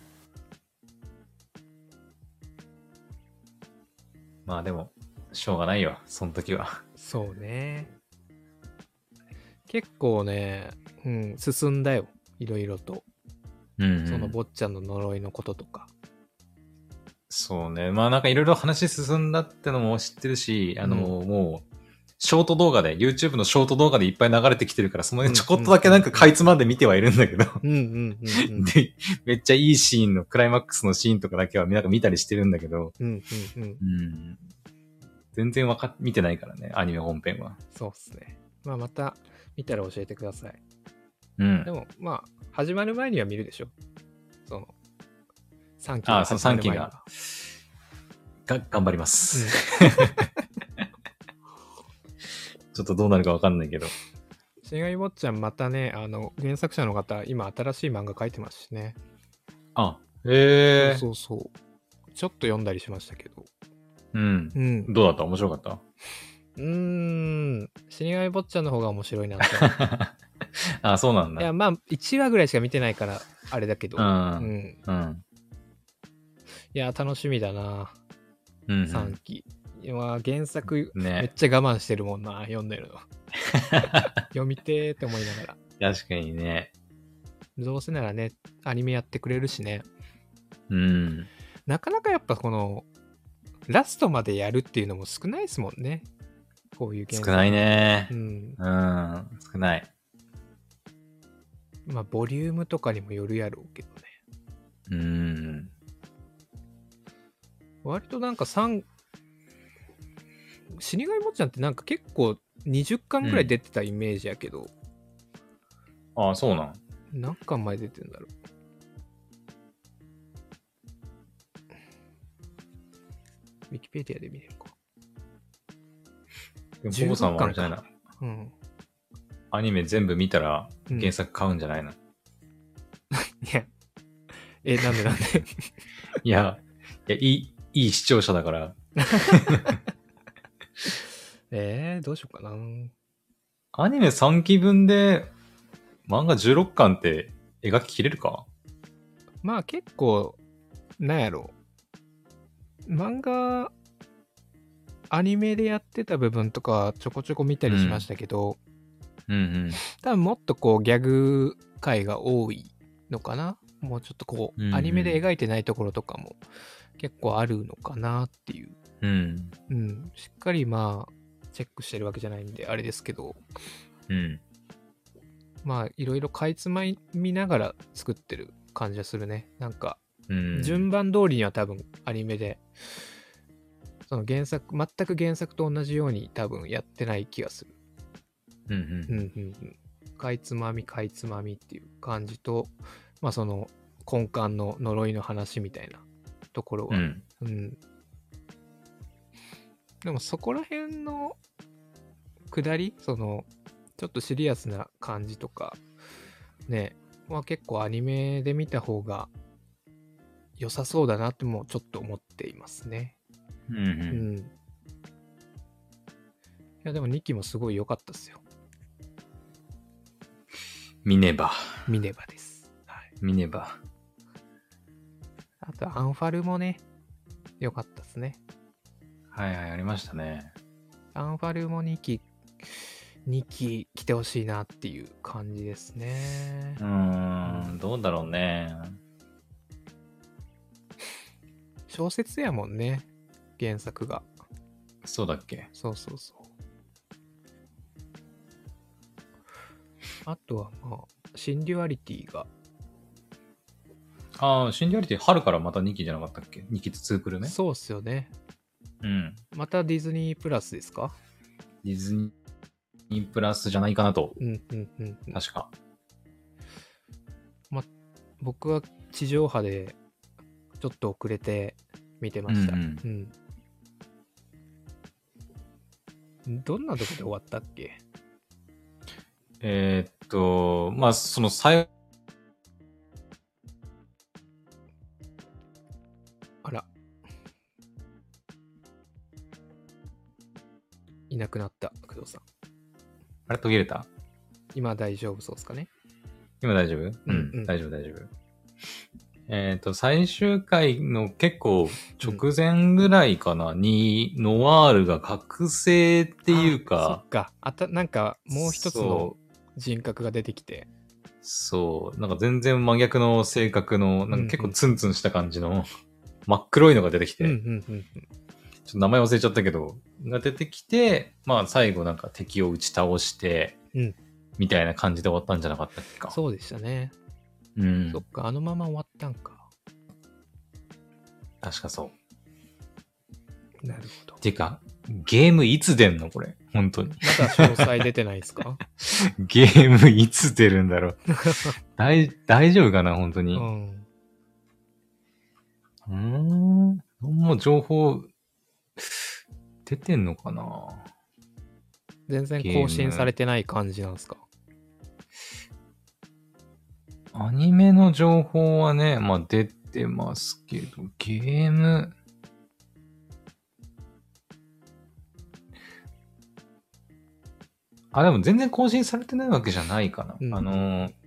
まあでも、しょうがないよ、その時は。 そうね。結構ね、うん、進んだよ、いろいろと。うん、うん、その坊ちゃんの呪いのこととか。 そうね。まあなんかいろいろ話進んだってのも知ってるし、あの、うん、もう、ショート動画で、YouTube のショート動画でいっぱい流れてきてるから、そのちょこっとだけなんかかいつまんで見てはいるんだけど。で、めっちゃいいシーンの、クライマックスのシーンとかだけはなんか見たりしてるんだけど、うんうんうんうん、全然わか、見てないからね、アニメ本編は。 そうっすね。まあまた見たら教えてください。 うん。 でも、まあ、始まる前には見るでしょ。その、さんきが。ああ、そのさんきが。が、頑張ります。うん、ちょっとどうなるかわかんないけど。 死神坊ちゃんまたね、あの、原作者の方、今新しい漫画書いてますしね。 あ、へえ。 そうそうそう。ちょっと読んだりしましたけど。 うん。うん。どうだった？面白かった？ うーん。死神坊ちゃんの方が面白いなって。 あ、そうなんだ。 いや、まあ、いちわぐらいしか見てないから、あれだけど。 うん。うん。うん、 いや、楽しみだな。うん、うん。さんき。今、原作、ね、めっちゃ我慢してるもんな、読んでるの。読みてーって思いながら。 確かにね。 どうせならね、アニメやってくれるしね。 うん。 なかなかやっぱこの、ラストまでやるっていうのも少ないですもんね。こういう原作。 少ないね。 ううん。ん、少ない。 まあ、ボリュームとかにもよるやろうけどね。 うん。 割となんかさん、死神もっちゃんってなんか結構にじゅっかんぐらい出てたイメージやけど、 ああ、そうなん。 何巻前出てんだろう。ウィキペディアで見れるか。 でもコボさんはあれじゃないな。 うん。 アニメ全部見たらうん原作買うんじゃないの、 いや、え、なんでなんでいや、いや、いい、いい視聴者だから。 えー、どうしようかな。 アニメさんきぶんで漫画じゅうろっかんって描ききれるか？ まあ結構、なんやろう。漫画、アニメでやってた部分とかちょこちょこ見たりしましたけど、 うんうん。 多分もっとこうギャグ回が多いのかな。もうちょっとこう、 うんうんアニメで描いてないところとかも結構あるのかなっていう。 うん。 うん。しっかりまあ、チェックしてるわけじゃないんで、あれですけど、 うん。 まあ、いろいろかいつまみながら作ってる感じがするね。なんか、 うん。 順番通りには多分アニメで、その原作、全く原作と同じように多分やってない気がする。 うんうん。 うんうんうん。かいつまみかいつまみっていう感じと、まあその根幹の呪いの話みたいなところは、 うん。 うん。でもそこら辺の下り、そのちょっとシリアスな感じとかね、は結構アニメで見た方が良さそうだなってもちょっと思っていますね。 うんう。 うんん。いやでもにきもすごい良かったっすよ。 ミネバ。 ミネバです。はい。 ミネバ。 あとアンファルもね、良かったっすね。 はいはい、ありましたね。 アンファルもにき、にき来てほしいなっていう感じですね。 うーん、どうだろうね。 小説やもんね、原作が。 そうだっけ？ そうそうそう。あとはまあ、シンデュアリティが。 ああ、シンデュアリティ春からまたにきじゃなかったっけ？ に 期ずつ来るね。 そうっすよね。 うん。 またディズニープラスですか？ ディズニープラスじゃないかなと。 うんうんうんうん。 確か。 僕は地上波でちょっと遅れて見てました。 ううんん、うん。どんなとこで終わったっけ？ えーっと、まあ、その最あら。いなくなった、工藤さん。 あれ途切れた？ 今大丈夫そうですかね？ 今大丈夫？うん、 うんうん大丈夫大丈夫。えっ、と、最終回の結構直前ぐらいかな、に、ノワールが覚醒っていうあそかっ、か。あた、なんかもう一つのそう人格が出てきて。 そう、なんか全然真逆の性格の、なんか結構ツンツンした感じの、真っ黒いのが出てきて、 うんうんうんうん。 ちょっと名前忘れちゃったけど、が出てきて、まあ最後なんか敵を打ち倒して、 うんみたいな感じで終わったんじゃなかったっけか。 そうでしたね。 うんそっ。か、あのまま終わったんか。 確かそう。 なるほど。 てか、ゲームいつ出んのこれ。本当に。 まだ詳細出てないですか？ ゲームいつ出るんだろう。大、大丈夫かな本当に。 う。 うんーん。もう情報、出てんのかな全然更新されてない感じなんですか？ アニメの情報はね、まあ出てますけど、ゲーム、あ、でも全然更新されてないわけじゃないかな。 うん、 あのー、こ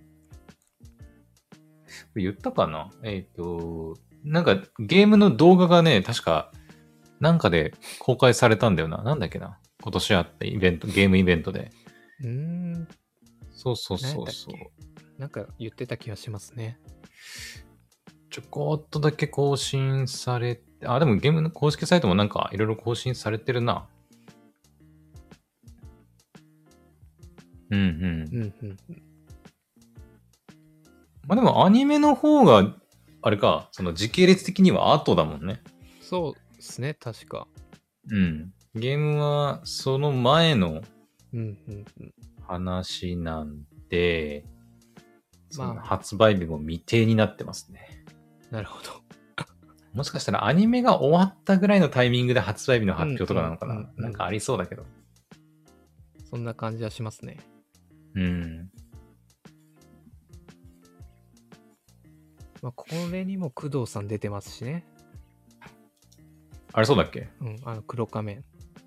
れ言ったかなえっ、ー、と、なんかゲームの動画がね、確か、なんかで公開されたんだよな。なんだっけな。今年あったイベント、ゲームイベントで。 うーん。 そうそうそうそう。 何やったっけ？なんか言ってた気がしますね。 ちょこっとだけ更新されて、あ、でもゲームの公式サイトもなんかいろいろ更新されてるな。うんうん。 うんうんうん。 まあでもアニメの方が、あれか、その時系列的には後だもんね。 そうですね、確か。 うん。ゲームはその前のうんうんうん。 話なんで、そのまあ、 発売日も未定になってますね。 なるほど。 もしかしたらアニメが終わったぐらいのタイミングで発売日の発表とかなのかな、 うんうんうんうん、 なんかありそうだけど。 そんな感じはしますね。 うん。 まあ、これにも工藤さん出てますしね。 あれそうだっけ？ うん、あの黒仮面。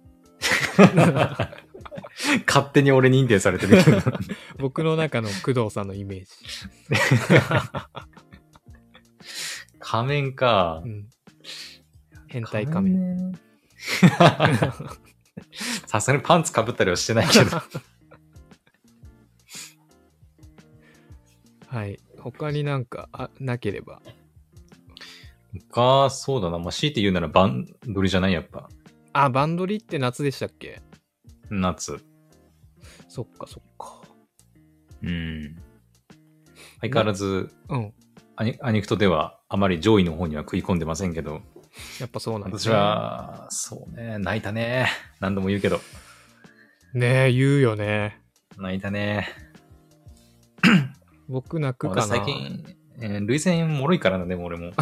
勝手に俺認定されてるけど。 僕の中の工藤さんのイメージ。 仮面か。 うん、変態仮面。 さすがにパンツかぶったりはしてないけど。 はい。他になんかあなければ。 他、そうだな。まあ、強いて言うならバンドリじゃないやっぱ。 あ、バンドリって夏でしたっけ？ 夏。 そっかそっか。 うん。相変わらず、 うん。 アニアニクトではあまり上位の方には食い込んでませんけど、 やっぱそうなんです私ね。 は、そうね、泣いたね。何度も言うけど。 ねえ、言うよね。 泣いたね。 僕泣くかな。 私最近、えー、涙腺もろいからな、でも俺も。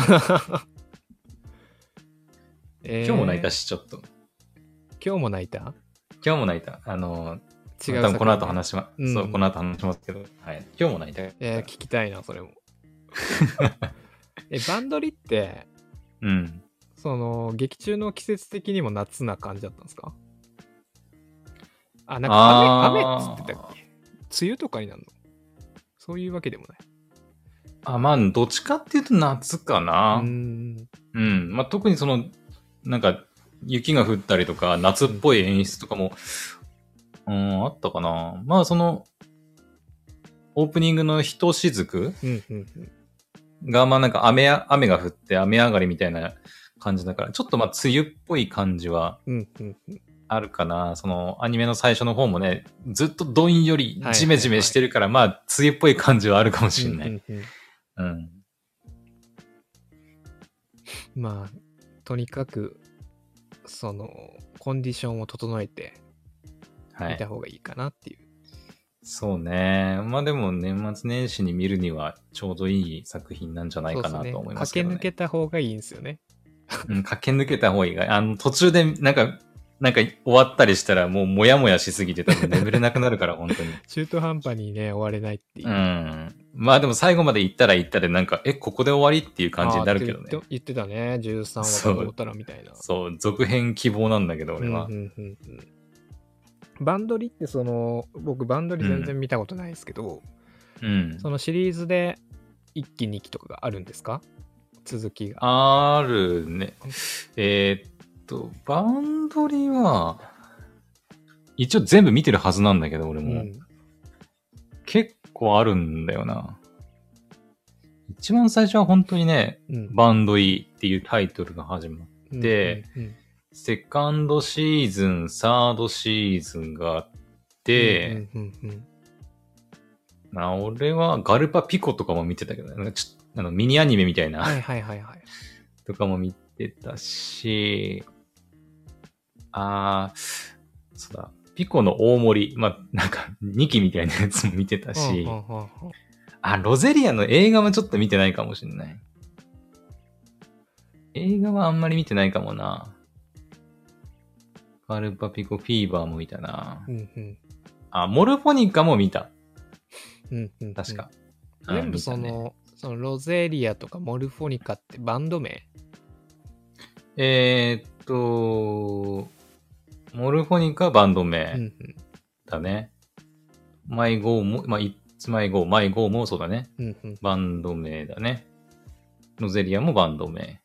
えー、 今日も泣いたし、ちょっと。 今日も泣いた？ 今日も泣いた。あの、 違う、 多分この後話しま、 うん、 そう、この後話しますけど、はい。今日も泣いた。 えー、聞きたいな、それも。え、バンドリって、 うん。 その、劇中の季節的にも夏な感じだったんですか？あ、なんか雨、雨っつってたっけ？梅雨とかになるの？そういうわけでもない。 あ、まあ、どっちかっていうと夏かな。 うーん。 うん。まあ、特にその、なんか、雪が降ったりとか、夏っぽい演出とかも、うん、あったかな。まあ、その、オープニングのひとしずくうんうんうん。 が、まあなんか雨や、雨が降って雨上がりみたいな感じだから、ちょっとまあ梅雨っぽい感じはうんうんうん。 あるかな。そのアニメの最初の方もね、ずっとどんよりはいジメジメしてるから、まあ梅雨っぽい感じはあるかもしれない。 うんうんうん。 うん。 まあ、とにかく、その、コンディションを整えて、 はい。 見た方がいいかなっていう。 そうね。まあでも年末年始に見るにはちょうどいい作品なんじゃないかなと思いますけどね。 駆け抜けた方がいいんですよね。 うん、駆け抜けた方がいいが、あの途中でなんか、なんか終わったりしたらもうモヤモヤしすぎて多分眠れなくなるから本当に。 中途半端にね、終われないっていう。 うん。まあでも最後まで行ったら行ったでなんか、え、ここで終わりっていう感じになるけどね。 言って言ってたね。じゅうさんわかどうたらみたいな。 そう、続編希望なんだけど俺は。 うんうんうんうん、バンドリってその、僕バンドリ全然見たことないですけど、 うん。 そのシリーズでいっきにきとかがあるんですか？続きが。 あるね。えー、っと、バンドリは、一応全部見てるはずなんだけど俺も。うん、結構あるんだよな。一番最初は本当にね、うん、バンドリっていうタイトルが始まって、うんうんうん、セカンドシーズン、サードシーズンがあって、うんうんうんうん、まあ、俺はガルパピコとかも見てたけど、ね、なんかちょあのミニアニメみたいな、 はいはいはいはい、 とかも見てたし、あー、そうだ、ピコの大盛り、まあ、なんかにきみたいなやつも見てたし、はあはあはあ、あ、ロゼリアの映画もちょっと見てないかもしれない。映画はあんまり見てないかもな。ガルパピコフィーバーも見たな。うんうん、あ、モルフォニカも見た。うんうんうん、確か。 全部その、ね、そのロゼリアとかモルフォニカってバンド名？ えー、っと、モルフォニカバンド名だね。うんうん、マイゴーも、まあ、いつマイゴー、マイゴーもそうだね、うんうん。バンド名だね。ロゼリアもバンド名。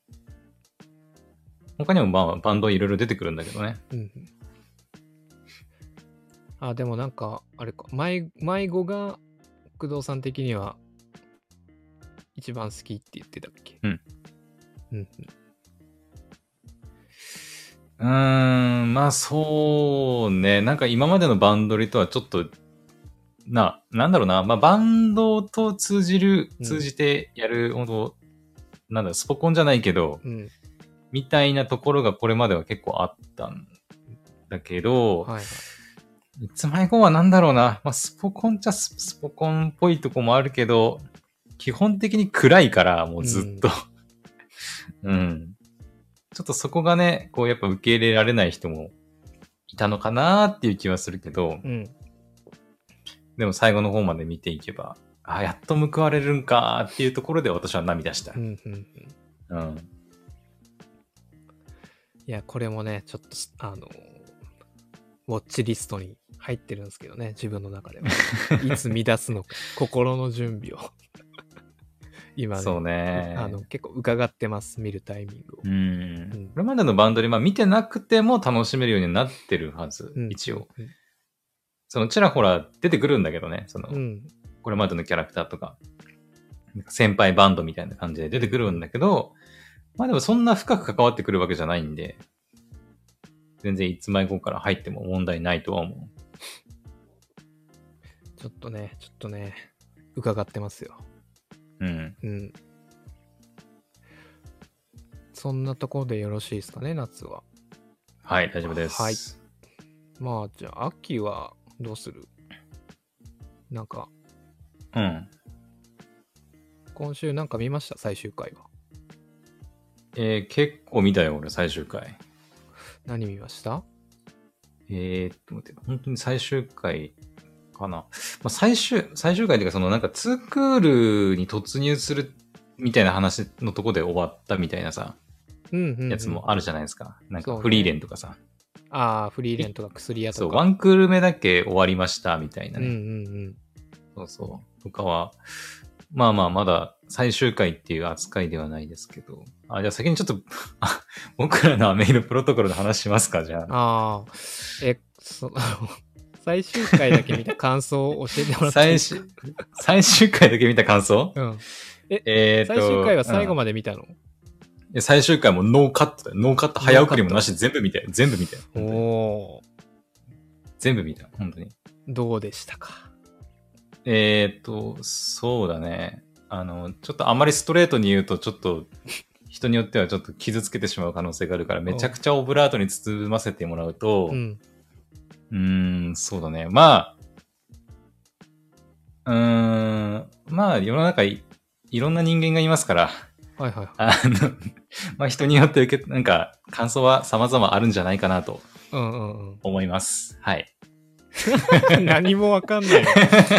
他にもまあバンドいろいろ出てくるんだけどね。うんうん、 あ、でもなんか、あれか、迷迷子が工藤さん的には一番好きって言ってたっけ？ うん。 うんうん。 うーん、まあそうね。なんか今までのバンドリとはちょっと、な、なんだろうな。まあバンドと通じる、 うん通じてやる、ほんと、なんだろう、スポコンじゃないけど、 うん。 みたいなところがこれまでは結構あったんだけど、 はいはい。 いつまいごはなんだろうな。まあスポコンっちゃススポコンっぽいとこもあるけど、基本的に暗いから、もうずっと。うん、うんちょっとそこがね、こうやっぱ受け入れられない人もいたのかなっていう気はするけど、 うん。 でも最後の方まで見ていけば、あ、やっと報われるんかっていうところで私は涙した。 うんうんうん。 うん。 いや、これもね、ちょっと、あの、ウォッチリストに入ってるんですけどね、自分の中では。いつ見出すのか、心の準備を。今ね、 そうね。 あの、結構伺ってます、見るタイミングを。 うん。 うん、 これまでのバンドで、まあ見てなくても楽しめるようになってるはず、 うん、 一応。 うんそのちらほら出てくるんだけどね、その、 うん、 これまでのキャラクターとか、先輩バンドみたいな感じで出てくるんだけど、まあでもそんな深く関わってくるわけじゃないんで、全然いつまいごから入っても問題ないとは思う。 ちょっとね、ちょっとね、伺ってますよ。 うん。 うん。そんなところでよろしいですかね、夏は。 はい、大丈夫です。 はい。まあ、じゃあ、秋はどうする？なんか、 うん。 今週なんか見ました？最終回は。 えー、結構見たよ、俺、最終回。 何見ました？ えーっと、待って、本当に最終回かな。まあ、最終、最終回っていうか、そのなんか、ツークールに突入するみたいな話のとこで終わったみたいなさ、 うんうん、うん。 やつもあるじゃないですか。なんか、 そうねフリーレンとかさ。 ああ、フリーレンとか薬屋そう、 とか。 ワンクール目だけ終わりました、みたいなうんうね。 んうん。 そうそう。とかは、まあまあ、まだ最終回っていう扱いではないですけど。あ、じゃあ先にちょっとあ、僕らのメールプロトコルの話しますか、じゃあ。 ああ、え、そ、最終回だけ見た感想を教えてもらっていいですか？ 最終回だけ見た感想うん。え、 えー、っと最終回は最後うんまで見たの？ 最終回もノーカットだよ。ノーカット、早送りもなし、全部見たよ。全部見たよ。 おおー、 全部見た。本当に。 どうでしたか？ えー、っと、そうだね。あの、ちょっとあまりストレートに言うと、ちょっと、人によってはちょっと傷つけてしまう可能性があるから、めちゃくちゃオブラートに包ませてもらうと、 うん。 うーん、そうだね。まあ、うーん、まあ、世の中い、いろんな人間がいますから、 はいはい。 あの、まあ人によって受け、なんか、感想は様々あるんじゃないかなとうんうんうん。 思います。はい。 何もわかんない。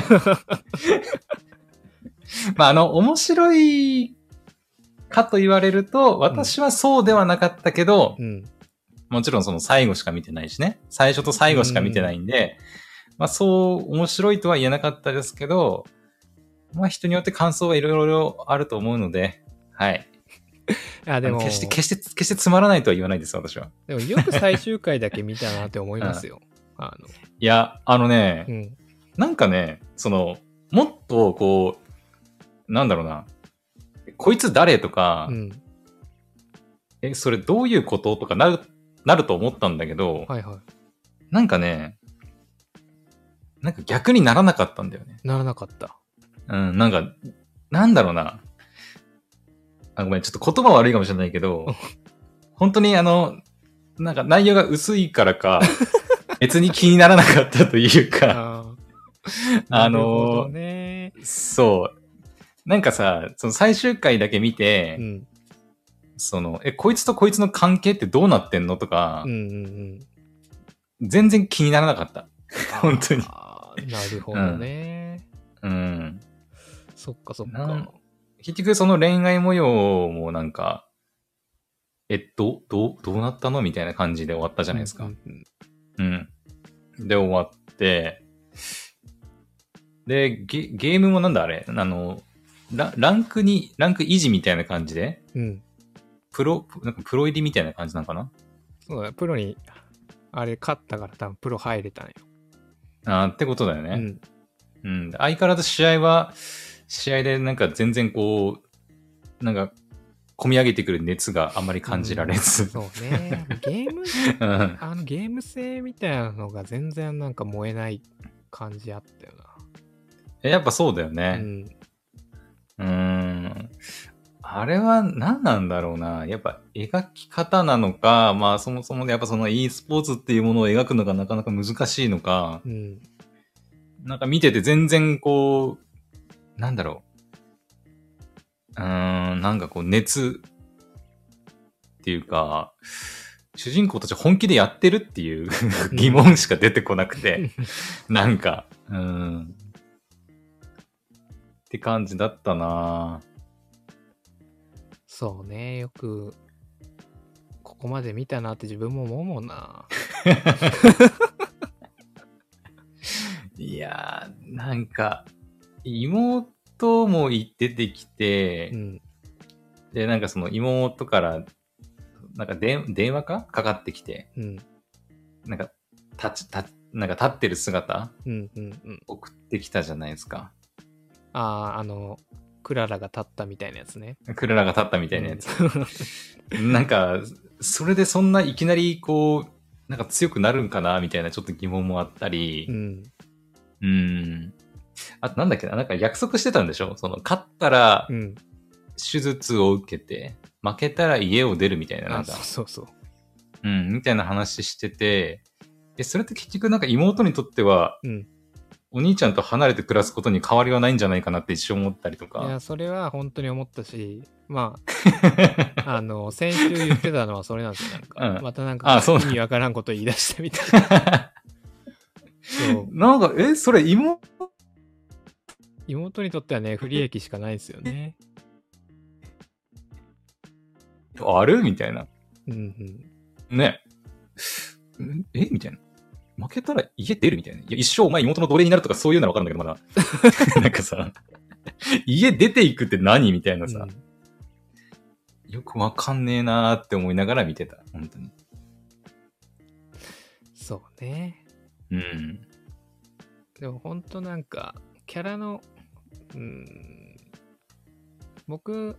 まあ、あの、面白いかと言われると、私はそうではなかったけど、 うん。 もちろんその最後しか見てないしね。最初と最後しか見てないんで、まあそう面白いとは言えなかったですけど、まあ人によって感想はいろいろあると思うので、はい。 あ、でも、 決して、決して、決してつまらないとは言わないです、私は。 でもよく最終回だけ見たなって思いますよ。あの、 いや、あのね、 うん。 なんかね、その、もっとこう、なんだろうな、こいつ誰とか、 うん。 え、それどういうこととかなる、なると思ったんだけど、 はいはい。 なんかね、なんか逆にならなかったんだよね。 ならなかった。 うん、なんか、なんだろうな。あ、ごめん、ちょっと言葉悪いかもしれないけど、本当にあの、なんか内容が薄いからか、別に気にならなかったというか、 ああなるほどの、 ね。 そう。なんかさ、その最終回だけ見て、 うん。 その、え、こいつとこいつの関係ってどうなってんのとか、 うんうんうん。 全然気にならなかった。本当に。 なるほどね。 うん。 そっかそっなか。 結局その恋愛模様もなんか、え、ど、どう、どうなったのみたいな感じで終わったじゃないですか。 うんうんうん。で、終わって、で、ゲ、ゲームもなんだあれあの、ラランクに、ランク維持みたいな感じで、 うん。うん。 プロ、なんかプロ入りみたいな感じなのかなそうだね。プロに、あれ勝ったから多分プロ入れたんよ。 あーってことだよね。 うん。 うん。相変わらず試合は、試合でなんか全然こう、なんか、込み上げてくる熱があんまり感じられず。 うんそうね。ゲーム、 うん。 あのゲーム性みたいなのが全然なんか燃えない感じあったよえやっぱそうだよな。うね。 ん。 うーん。あれは何なんだろうな。やっぱ描き方なのか、まあそもそもやっぱその e スポーツっていうものを描くのがなかなか難しいのか、 うん。 なんか見てて全然こう、なんだろう。うーん、なんかこう熱っていうか、主人公たち本気でやってるっていう疑問しか出てこなくて、なんか、うーん。って感じだったなそうね。よく、ここまで見たなって自分も思うもんな。 いやー、なんか、妹も出てきて、 うん。 で、なんかその妹から、なんか電電話かかかってきて、 うん。 なんか、立ち、立ち、なんか立ってる姿うん。うん。うん。 送ってきたじゃないですか。 ああ、あの、クララが立ったみたいなやつね。 クララが立ったみたいなやつ。 うんなんか、それでそんないきなりこう、なんか強くなるんかなみたいなちょっと疑問もあったり、 うん。 うーん。あとなんだっけな、なんか約束してたんでしょその、勝ったらうん。 手術を受けて、負けたら家を出るみたいな、なあ、 んか、 そうそうそう。 うん、みたいな話してて、え、それって結局なんか妹にとっては、 うん。 お兄ちゃんと離れて暮らすことに変わりはないんじゃないかなって一瞬思ったりとか。 いや、それは本当に思ったし、まあ、あの、先週言ってたのはそれなんですよ。なんか、 うんまたなんあそうか意味わからんこと言い出したみたいな。そう。 なんか、え、それ妹妹にとってはね、不利益しかないですよね。 あるみたいな。 うんうん。 ね。んえみたいな。負けたら家出るみたいな。いや、一生お前妹の奴隷になるとかそういうのはわかるんだけど、まだ。なんかさ、家出ていくって何みたいなさ、 うん、 よくわかんねえなーって思いながら見てた。本当に。 そうね。 うん。 でも本当なんか、キャラの、うん、僕、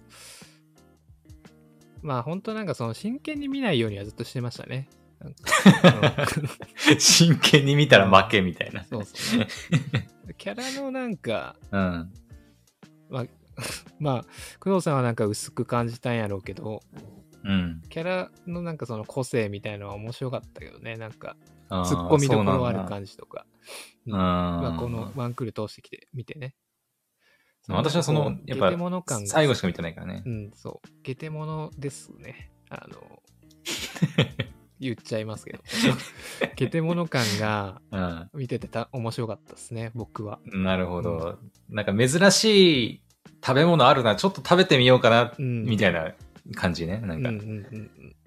まあ本当なんかその真剣に見ないようにはずっとしてましたね。なんか真剣に見たら負けみたいな。 そうそうね。キャラのなんか、 うん。 まあ、まあ、工藤さんはなんか薄く感じたんやろうけど、 うん。 キャラのなんかその個性みたいのは面白かったけどね。なんか、 あーツッコミどころあるそうなんだ感じとか。うんあまあ、このーワンクール通してきて見てね。 私はその、やっぱゲテモノ、感が最後しか見てないからねう。ん、そう。ゲテモノですね。あの、言っちゃいますけど。ゲテモノ感がうん。 見ててた面白かったですね、僕は。 なるほど。なんか珍しい食べ物あるな、ちょっと食べてみようかな、 うんみたいな感じね。なんか。 うんうんうんうん、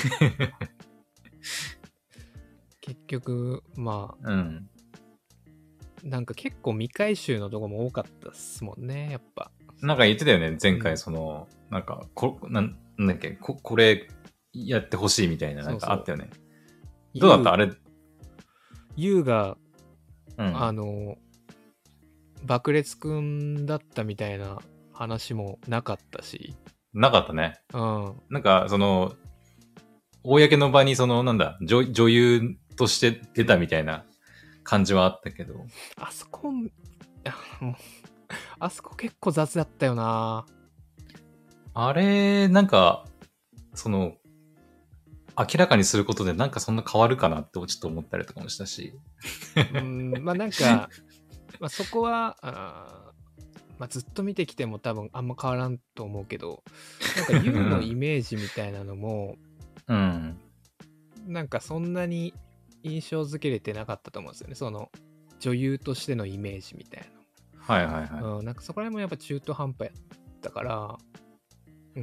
結局、まあ、 うん。 なんか結構未回収のとこも多かったっすもんね、やっぱ。 なんか言ってたよね、前うん回、その、なんか、こ、なんなんだっけ、こ、これ、やってほしいみたいな、なんかあったよね。どうだったあれ。 ユウが、 うん。 あの、爆裂くんだったみたいな話もなかったし。 なかったね。 うん。 なんか、その、公の場に、その、なんだ、女女優として出たみたいな感じはあったけど。 あそこ、あもうあそこ結構雑だったよな。 あれ、なんか、その、明らかにすることでなんかそんな変わるかなってちょっと思ったりとかもしたし。 うん、まあなんか、まあ、そこは、あまあ、ずっと見てきても多分あんま変わらんと思うけど、なんかユウのイメージみたいなのも、 うん。 なんかそんなに印象づけれてなかったと思うんですよね。その女優としてのイメージみたいはいはいな。 はい。 うん、なんかそこら辺もやっぱ中途半端やったから、うん。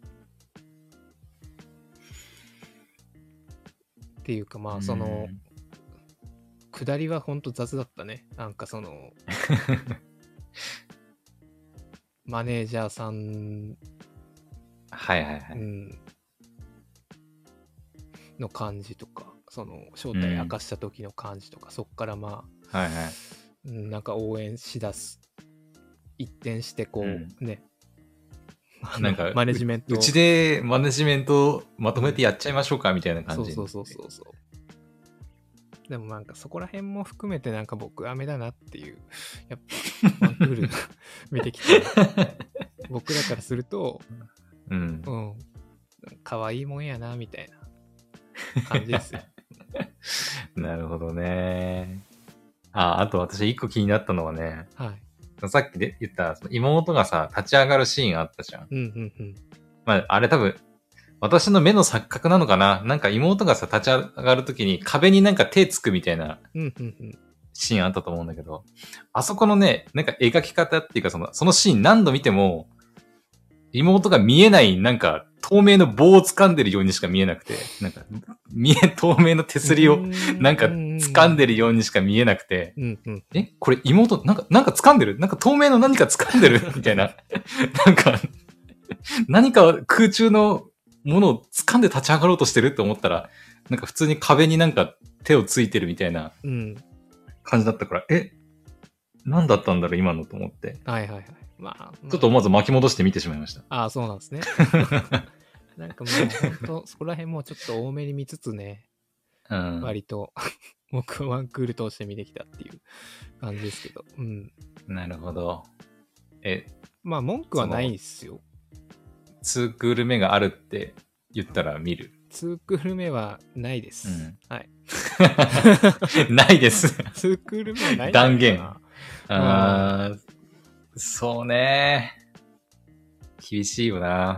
っていうかまあその、下りはほんと雑だったね。なんかその、マネージャーさん、 はいはいはい。 うん、の感じとか、その正体明かした時の感じとか、うん、そっからまあはいはい。 うんなんか応援しだす。一転してこう、 うんね、あのなんか、 マネジメントううちでマネジメントまとめてやっちゃいましょうかみたいな感じに。 そうそうそうそうそう。でもなんかそこら辺も含めてなんか僕アメだなっていう、やっぱワンクール見てきて、僕らからすると、 うんう。ん、可愛いもんやなみたいな感じですよ。 なるほどね。あ、あと私一個気になったのはね、 はい。 さっきで言ったその妹がさ、立ち上がるシーンあったじゃん。 うんうんうん。 まあ、あれ多分、私の目の錯覚なのかな。なんか妹がさ、立ち上がるときに壁になんか手つくみたいなうんうんうん。 シーンあったと思うんだけど、あそこのね、なんか描き方っていうかその、そのシーン何度見ても、妹が見えない、なんか透明の棒を掴んでるようにしか見えなくて、なんか、見え、透明の手すりをなんか掴んでるようにしか見えなくて、 うんうん。 えこれ妹、なんか、なんか掴んでるなんか透明の何か掴んでるみたいな。なんか、何か空中のものを掴んで立ち上がろうとしてるって思ったら、なんか普通に壁になんか手をついてるみたいなうん。 感じだったから、え何だったんだろう今のと思って。 はいはいはい。まあ、まあ、 ちょっと思わず巻き戻して見てしまいました。 ああ、そうなんですね。なんかもう、ほんと、そこら辺もちょっと多めに見つつね、 うん。 割と、僕はワンクール通して見てきたっていう感じですけど。うん。 なるほど。え、 まあ、文句はないっすよ。 ツークール目があるって言ったら見る。 ツークール目はないです。 うんはい。 ないです。 ツークール目はないんじゃないかな。 断言。あー、そうね。厳しいよな。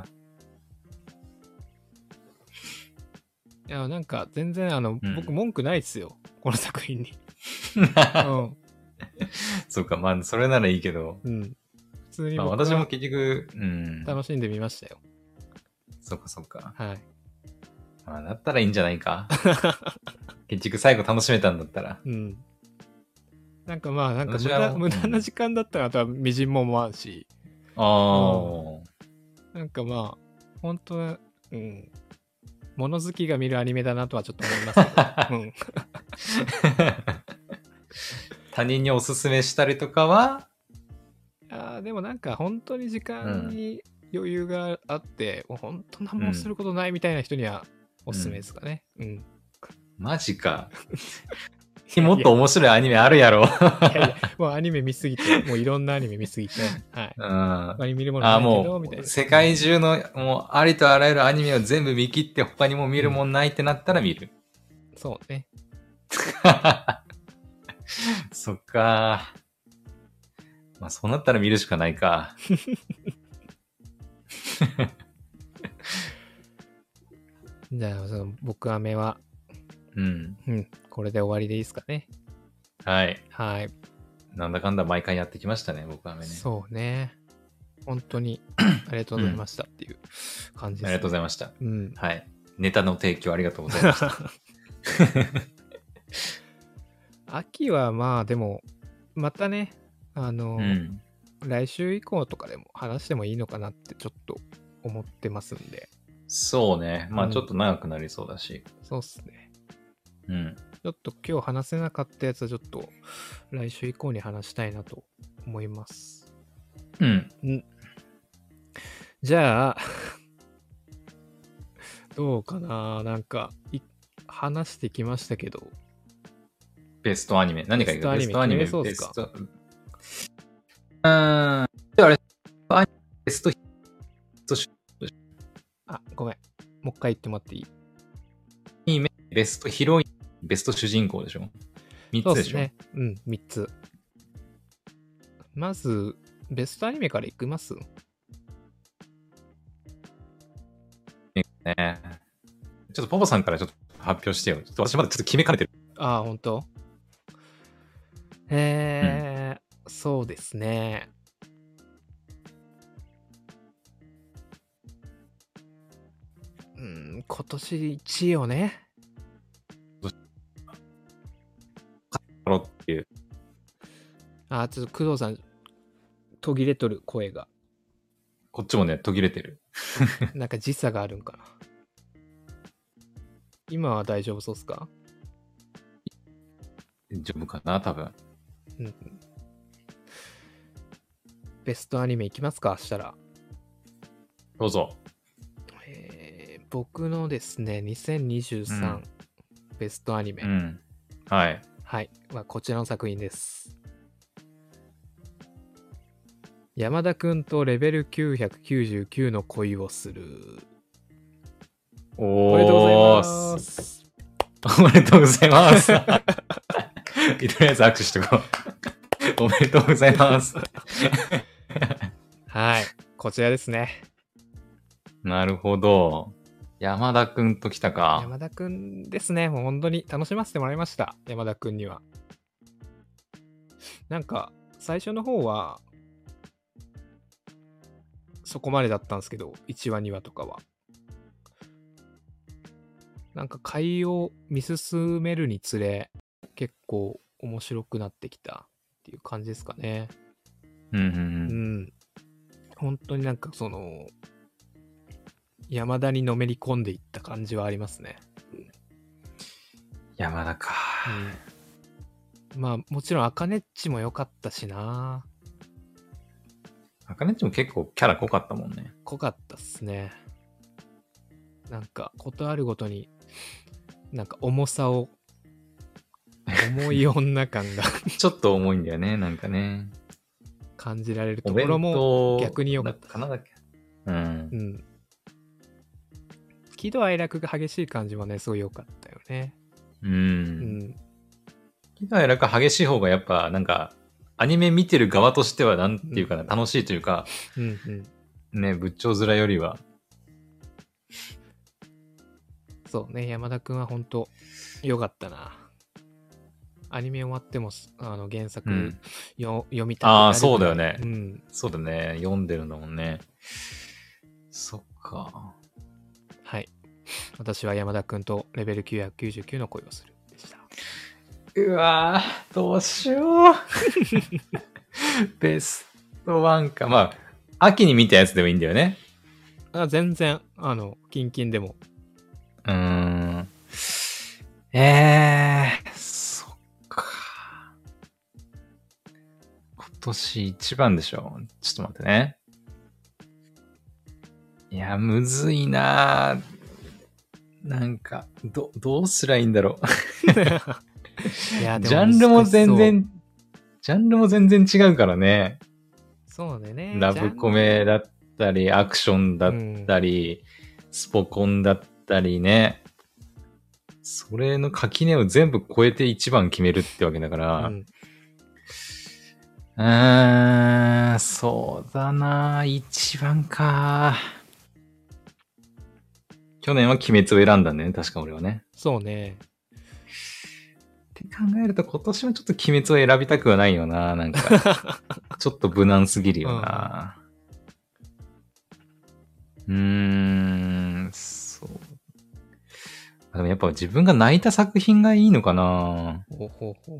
いや、なんか全然、あの、 うん僕文句ないっすよ。この作品に。うん。 そうか、まあ、それならいいけど。 うん。普通にまあ、 僕は私も結局、うん。 楽しんでみましたよ。 そっかそっか。 はい。 まあ、だったらいいんじゃないか。結局最後楽しめたんだったら。 うん。なんかまあ、なんか無私は駄無駄な時間だったらとはみじんも思わんし、 ああ。 なんかまあ、本当は、うん。物好きが見るアニメだなとはちょっと思いますけど。うん。 他人におすすめしたりとかは、 あーでもなんか本当に時間に余裕があって、もう本当何もすることないみたいな人にはおすすめですかね。うん。 マジか。もっと面白いアニメあるやろ。 いやいや、もうアニメ見すぎて、もういろんなアニメ見すぎて、はい。 うん。あ他に見るものないけど、 もみたいうな。 世界中のもうありとあらゆるアニメを全部見切って他にも見るもんないってなったら見る。 そうね。 そっか。まあそうなったら見るしかないか。 じゃあ、その僕アメは、 うん。 うん、これで終わりでいいですかね。 はい。 はい。 なんだかんだ毎回やってきましたね、僕はね。 そうね。本当にありがとうございましたっていう感じです、ねありがとうございました。 うん。 はい。ネタの提供ありがとうございました。 秋はまあでも、またね、あの、 うん。 来週以降とかでも話してもいいのかなってちょっと思ってますんで。 そうね。まうんあちょっと長くなりそうだし。 そうっすね。 うん。 ちょっと今日話せなかったやつはちょっと来週以降に話したいなと思います。 うん。 うん。じゃあ、どうかななんか、い話してきましたけど、 ベストアニメ。何がいいかベストアニメベストアニメ。 決めそうっすかベスト。うーん。であれ、アニメベストヒットシあ、ごめん。もう一回言ってもらっていい？ ベストヒロイン、ベスト主人公でしょ？ みっ つでしょ？ そうですね。うん、みっつ。まず、ベストアニメからいきます？ ね。ちょっとポポさんからちょっと発表してよ。ちょっと私まだちょっと決めかねてる。 ああ、ほんと？えー、そうですね。うん、今年いちいをね。 ろっていう。 あ、ちょっと工藤さん、途切れとる声が。 こっちもね、途切れてる。 なんか時差があるんかな。今は大丈夫そうっすか？ 丈夫かな、多分。 うん。ベストアニメいきますか、したら。 どうぞ。 えー、僕のですね、にせんにじゅうさん、うん、ベストアニメ。 うん。はい。 はい。はこちらの作品です。山田くんとレベルきゅうひゃくきゅうじゅうきゅうの恋をする。 おー。 おめでとうございます。 おめでとうございます。とりあえず握手しとこう。おめでとうございます。 はい。こちらですね。 なるほど。山田くんと来たか。 山田くんですね。もう本当に楽しませてもらいました。山田くんには。なんか、最初の方は、そこまでだったんですけど、いちわにわとかは。なんか回を見進めるにつれ、結構面白くなってきたっていう感じですかね。 うんうんうん。 うん。本当になんかその、山田にのめり込んでいった感じはありますね。 山田か。 うん、まあもちろんアカネッチも良かったしな。 アカネッチも結構キャラ濃かったもんね。 濃かったっすね。なんかことあるごとになんか重さを重い女感がちょっと重いんだよね、なんかね。 感じられるところも逆に良かった。 かなだっけ。うん。 うん。喜怒哀楽が激しい感じもね、すごい良かったよね。 うん。うん。喜怒哀楽激しい方がやっぱなんかアニメ見てる側としてはなんていうかな、うん、楽しいというか、 うんうん、 ね、仏頂面よりは。 そうね、山田くんは本当良かったな。アニメ終わってもあの原作、うん、よ読みたくなる。 ああ、そうだよね、 うん。 そうだね。読んでるんだもんね。そっか。 はい。私は山田くんとレベルきゅうひゃくきゅうじゅうきゅうの恋をするでした。 うわぁ、どうしよう。ベストワンか。まあ、秋に見たやつでもいいんだよね。 あ、全然、あの、キンキンでも。 うーん。えー、そっか。今年一番でしょ。ちょっと待ってね。いや、むずいなぁ。なんか、ど、どうすりゃいいんだろう。いやジャンルも全然、ジャンルも全然違うからね。 そうだね。 ラブコメだったり、アクションだったり、うん、スポコンだったりね。それの垣根を全部超えて一番決めるってわけだから。うん、うーん、そうだな。一番か。去年は鬼滅を選んだんだよね。確か俺はね。 そうね。 って考えると今年はちょっと鬼滅を選びたくはないよな。なんか、ちょっと無難すぎるよな。うん、うーん、そう。でもやっぱ自分が泣いた作品がいいのかな。 ほうほうほう。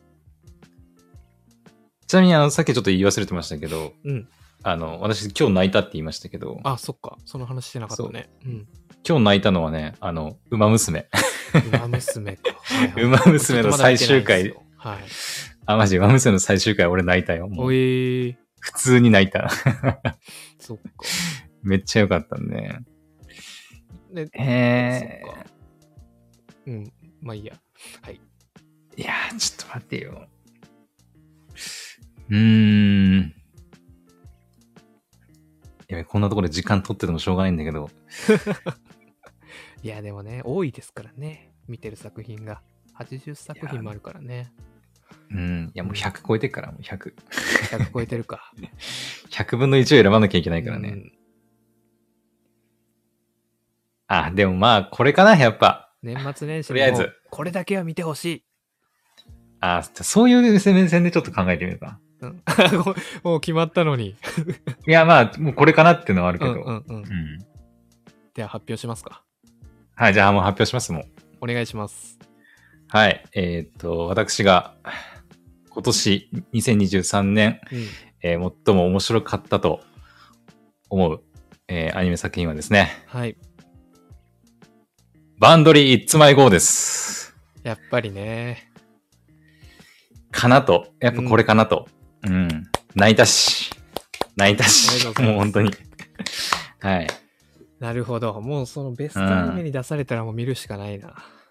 ちなみにあの、さっきちょっと言い忘れてましたけど、 うん。 あの、私今日泣いたって言いましたけど。 あ、そっか。その話してなかったね。うん。 今日泣いたのはね、あの、ウマ娘。 ウマ娘か。はいはい、 ウマ娘の最終回。 はい。 あ、マジ、ウマ娘の最終回俺泣いたよ。もうおえー。 普通に泣いた。 そっか。 めっちゃ良かったんで。 ね、 へそっか。うん。まあいいや。はい。 いやー、ちょっと待ってよ。うーん。いや、こんなところで時間取っててもしょうがないんだけど。 いや、でもね、多いですからね。見てる作品が。はちじゅっさく品もあるからね。 うん。いや、もうひゃく超えてるから、もうひゃく。 ひゃく超えてるか。 ひゃくぶんのいちを選ばなきゃいけないからね。うん、あ、でもまあ、これかな、やっぱ。 年末年始とりあえず。 これだけは見てほしい。 あ、そういう目線でちょっと考えてみるか。 うん、もう決まったのに。 いや、まあ、もうこれかなっていうのはあるけど。うんうんうん。うん、では発表しますか。 はい、じゃあもう発表しますもん。 お願いします。 はい、えっと、私が今年にせんにじゅうさんねん、うんえー、最も面白かったと思う、えー、アニメ作品はですね。 はい。 バンドリー It's My Go です。 やっぱりね。 かなと。やっぱこれかなと。うん。うん、泣いたし。泣いたし。もう本当に。はい。 なるほど。もうそのベストアニメに出されたらもう見るしかないな。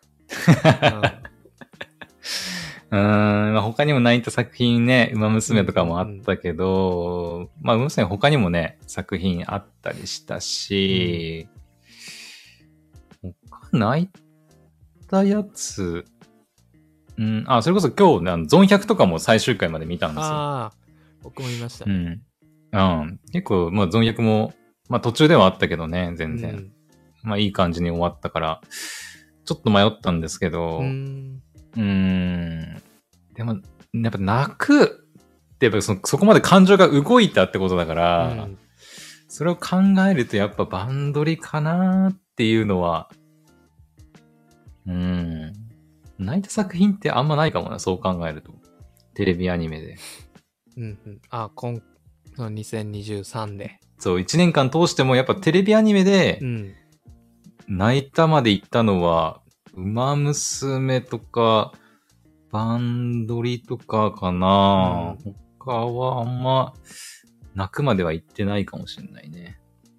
うん、うんまあ、他にも泣いた作品ね、馬娘とかもあったけど、うんうんうん、まあ馬娘他にもね、作品あったりしたし、うん、他泣いたやつ、うん、あ、それこそ今日ね、あのゾンひゃくとかも最終回まで見たんですよ。 ああ、僕も見ましたね。 うん。うん。結構、まあゾンひゃくも、まあ途中ではあったけどね、全然。うん、まあいい感じに終わったから、ちょっと迷ったんですけど、うーん。うーんでも、やっぱ泣くってやっぱ そ, そこまで感情が動いたってことだから、うん、それを考えるとやっぱバンドリかなっていうのは、うーん。泣いた作品ってあんまないかもな、そう考えると。テレビアニメで。 うんうん。あ、今、にせんにじゅうさんで。 そう、いちねんかん通してもやっぱテレビアニメで、泣いたまで行ったのは、馬娘とか、バンドリとかかな、うん、他はあんま、泣くまでは行ってないかもしれないね。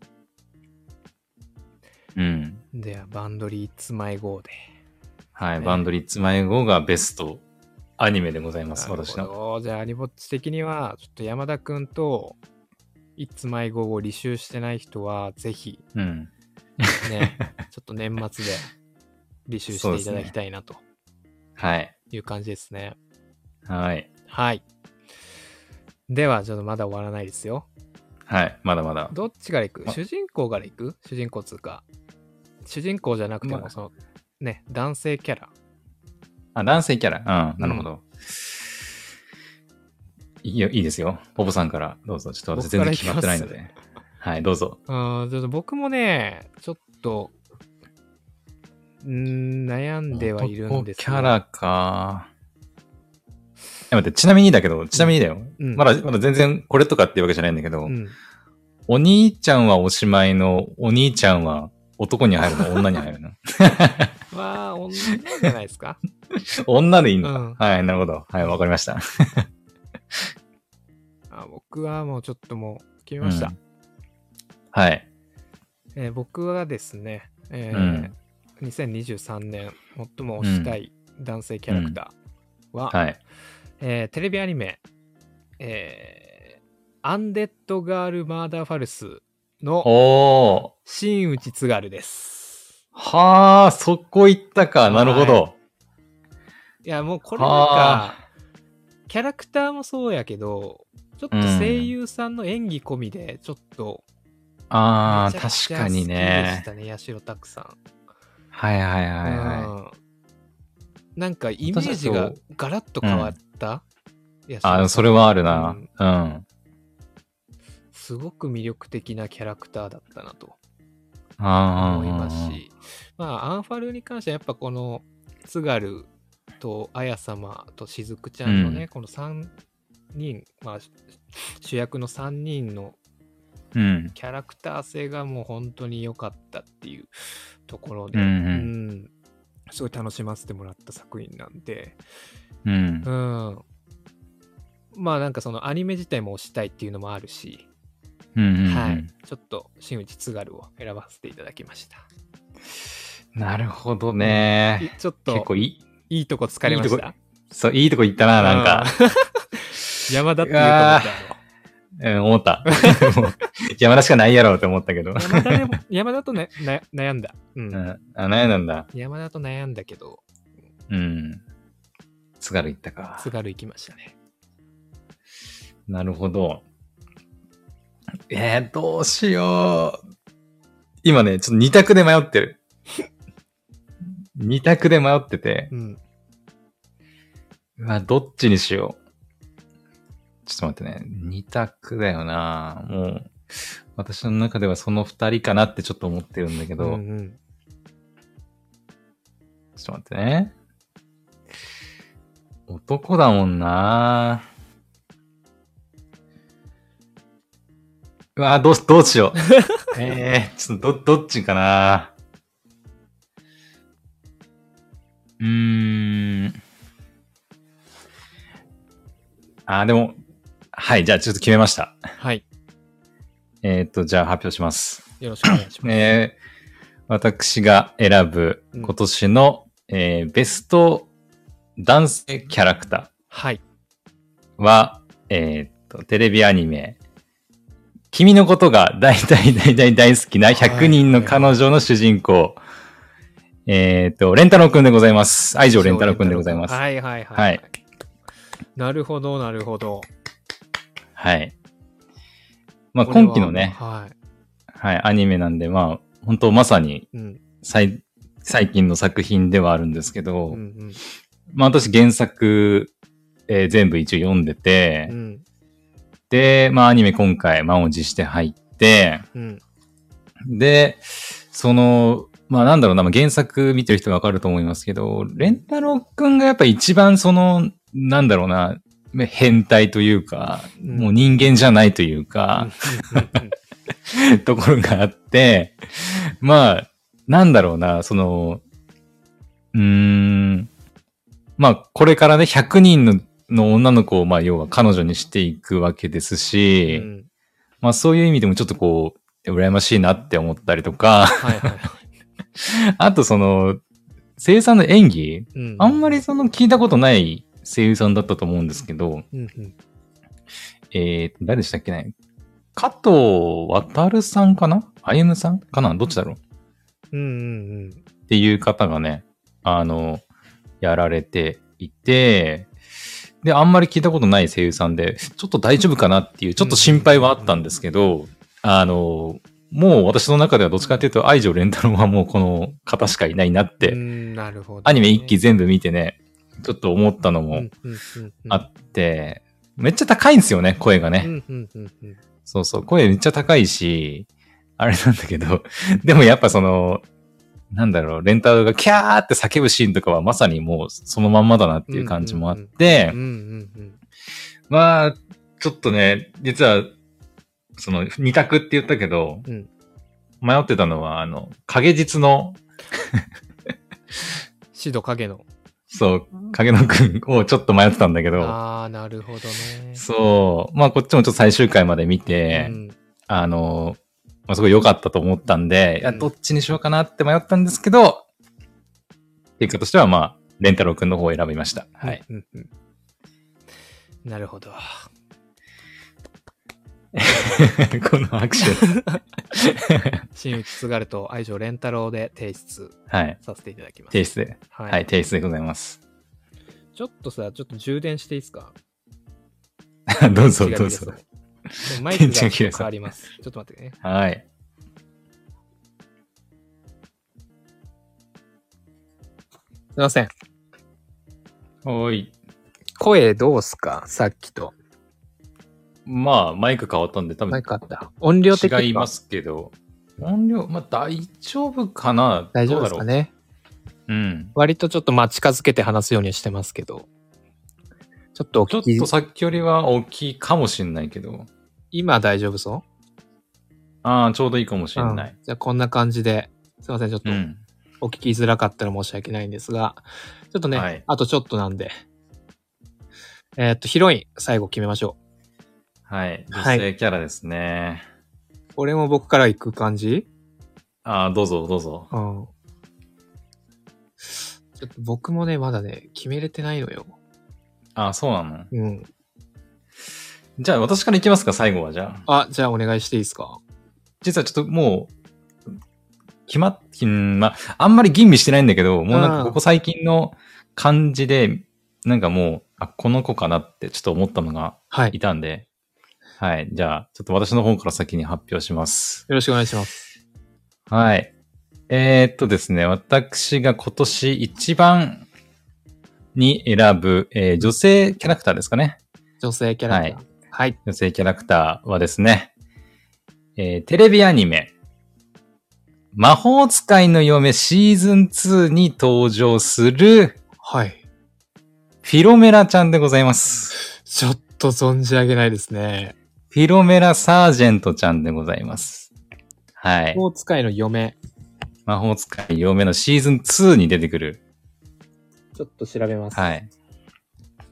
うん。 では、バンドリ It's My Go で。 はい、ね、バンドリ It's My Go がベストアニメでございます、私の。 じゃあ、アニボッチ的には、ちょっと山田くんと It's My Go を履修してない人は、ぜひ、うん、ね、ちょっと年末で履修していただきたいなと。 はい。 いう感じですね。 はい。 はい。では、ちょっとまだ終わらないですよ。 はい、まだまだ。 どっちから行く？主人公から行く？主人公つうか。主人公じゃなくても、まあ、その、ね、男性キャラ。 あ、男性キャラ。うん、なるほど。うん、いいよ、いいですよ。ポポさんからどうぞ。ちょっと私全然決まってないので。はい、どうぞ。 あちょっと僕もね、ちょっと、ん悩んではいるんですよ。キャラか。え、待って、ちなみにだけど、ちなみにだよ。うん、まだ、まだ全然これとかっていうわけじゃないんだけど、うん、お兄ちゃんはおしまいの、お兄ちゃんは男に入るの、女に入るのまあ、女じゃないですか女でいいのか、うん、はい、なるほど。はい、わかりましたあ。僕はもうちょっともう決めました。うん、 はい、 えー。僕はですね、えーうんにせんにじゅうさんねん最も推したい男性キャラクターは、うんはいえー、テレビアニメ、えー、アンデッドガールマーダーファルスの新内津軽です。 はあ、そこ行ったか。なるほど。 いや、もうこれなんか、キャラクターもそうやけど、ちょっと声優さんの演技込みで、ちょっと、 ああ、確かにね。 好きでしたね、八代拓さん。 はいはいはいはい。 なんかイメージがガラッと変わった、 うん、あ、それはあるな、うん。うん。 すごく魅力的なキャラクターだったなと思いますし、まあ、アンファルに関してはやっぱこの津軽と綾様としずくちゃんのね、うん、このさんにん、まあ、主役のさんにんのキャラクター性がもう本当に良かったっていうところで、うんうんうん、すごい楽しませてもらった作品なんで、うん、うん、まあなんかそのアニメ自体も推したいっていうのもあるし、うんうんうん、はい、ちょっと新内津軽を選ばせていただきました。 なるほどね、 うん、ちょっと結構いいいいとこ疲れました。 いいそういいとこ行ったな、なんか山田って言うと思ったの。 うん、思った。山田しかないやろうって思ったけど。 山田でも山田と、ね、な悩んだ、うんうん。あ、悩んだんだ。 山田と悩んだけど。 うん。津軽行ったか。 津軽行きましたね。 なるほど。えー、どうしよう。今ね、ちょっと二択で迷ってる。二択で迷ってて。うん。うわ、どっちにしよう。ちょっと待ってね。二択だよな。もう、私の中ではその二人かなってちょっと思ってるんだけど。うんうん、ちょっと待ってね。男だもんな。うわ、どう、どうしよう。えー、ちょっとど、どっちかな。うーん。 あー、でも、はい、じゃあちょっと決めました。 はい。 えっと、じゃあ発表します。 よろしくお願いします。 えー、私が選ぶ今年の、うん、えー、ベスト男性キャラクター。 はい。 は、えー、っと、テレビアニメ、君のことが大大大大大好きなひゃくにんの彼女の主人公。はいはいはい、えー、っと、レンタロウくんでございます。愛情レンタロウくんでございます。 はいはいはい。はい。なるほど、なるほど。 はい。まあ、今期のね、 はい。 はい、アニメなんで、まあ、本当まさに、最、うん、最近の作品ではあるんですけど、うんうん、まあ、私原作、えー、全部一応読んでて、うん、で、まあアニメ今回満を持して入って、うん、で、その、まあなんだろうな、まあ、原作見てる人わかると思いますけど、レンタロウくんがやっぱ一番その、なんだろうな、変態というか、うん、もう人間じゃないというか、ところがあって、まあ、なんだろうな、その、うーん、まあこれからね、ひゃくにんのの女の子を、まあ、要は彼女にしていくわけですし、うん、まあ、そういう意味でもちょっとこう、羨ましいなって思ったりとか、はいはいはい、あとその、声優さんの演技、うん、あんまりその聞いたことない声優さんだったと思うんですけど、うんうん、えー、誰でしたっけね、加藤渉さんかな、あゆむさんかな、どっちだろう、うんうんうん、っていう方がね、あの、やられていて、で、あんまり聞いたことない声優さんで、ちょっと大丈夫かなっていう、ちょっと心配はあったんですけど、あの、もう私の中ではどっちかっていうと、愛情レンタロウはもうこの方しかいないなって、なるほどね、アニメ一期全部見てね、ちょっと思ったのもあって、めっちゃ高いんですよね、声がね。そうそう、声めっちゃ高いし、あれなんだけど、でもやっぱその、なんだろう、レンタルがキャーって叫ぶシーンとかはまさにもうそのまんまだなっていう感じもあって、まあ、ちょっとね、実は、その二択って言ったけど、うん、迷ってたのは、あの、影実のシド影の。 そう、影野くんをちょっと迷ってたんだけど、 ああ、なるほどね。 そう、まあこっちもちょっと最終回まで見て、うん、あの、まあ、すごい良かったと思ったんで、うん、いや、どっちにしようかなって迷ったんですけど、結果としては、まあ、レンタロウくんの方を選びました。はい。うんうんうん、なるほど。 この拍手。 新内津軽と愛情レンタロウで提出させていただきます。 提出で。はい、はい、提出でございます。 ちょっとさ、ちょっと充電していいですか？ どうぞどうぞ。 マイクが変わります。ちょっと待ってね。 はい。 すいません。 おい。 声どうすか？さっきと。 まあ、マイク変わったんで多分。 マイク変わった。音量的には違いますけど。音量、まあ大丈夫かな？ 大丈夫ですかね。 うん。 割とちょっとまあ近づけて話すようにしてますけど。ちょっとお聞き。 ちょっとさっきよりは大きいかもしんないけど。 今大丈夫そう？ ああ、ちょうどいいかもしれない。うん、 じゃあこんな感じで、すいません、ちょっとお聞きづらかったら申し訳ないんですが、ちょっとね、はい、あとちょっとなんで、えー、っと、ヒロイン、最後決めましょう。 はい。女性キャラですね。 はい、俺も僕から行く感じ？ ああ、どうぞどうぞ。 うん。ちょっと僕もね、まだね、決めれてないのよ。 ああ、そうなの？ うん。 じゃあ私から行きますか、最後はじゃあ。あ、じゃあお願いしていいですか？ 実はちょっともう、決まっ、んまあ、あんまり吟味してないんだけど、もうなんかここ最近の感じで、なんかもう、あ、この子かなってちょっと思ったのがいたんで、はい、はい。じゃあ、ちょっと私の方から先に発表します。 よろしくお願いします。 はい。えー、っとですね、私が今年一番に選ぶ、えー、女性キャラクターですかね。 女性キャラクター。はい。はい、 女性キャラクターはですね、えー、テレビアニメ、魔法使いの嫁シーズンツーに登場する、 はい。 フィロメラちゃんでございます。 ちょっと存じ上げないですね。 フィロメラサージェントちゃんでございます。はい。 魔法使いの嫁。 魔法使い嫁のシーズンツーに出てくる。 ちょっと調べます。 はい。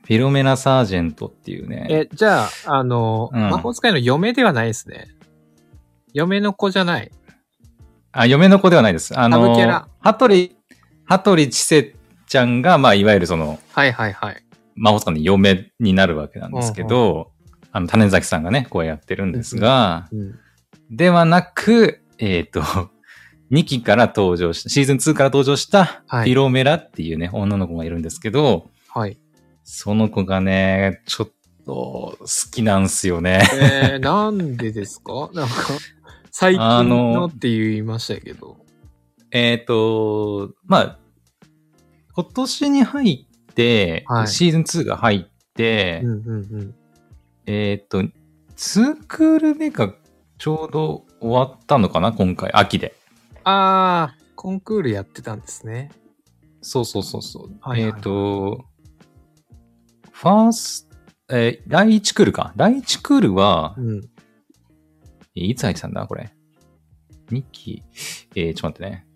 フィロメナ・サージェントっていうね。 え、じゃあ、あの、 うん魔法使いの嫁ではないですね。嫁の子じゃない。 あ、嫁の子ではないです。あの、 サブキャラ羽鳥、羽鳥千世ちゃんが、まあ、いわゆるその、 はいはいはい。 魔法使いの嫁になるわけなんですけど、あの、種崎さんがね、こうやってるんですが、 うんうんではなく、えっ、と、にきから登場した、シーズンツーから登場したフはいィロメラっていうね、女の子がいるんですけど、 はい。 その子がね、ちょっと好きなんすよね。 えー、なんでですかなんか、最あ近ののって言いましたけど。 えっと、まあ、今年に入って、 はいシーズンツーが入って、 うんうんうん。 えっと、にクール目がちょうど終わったのかな今回、秋で。 あー、コンクールやってたんですね。 そうそうそうそう。 はいはいはいえっと、ファースト、えー、第いちクールか。第いちクールは、 うん。 えいつ入ってたんだこれ。にき、えー、ちょっと待ってね。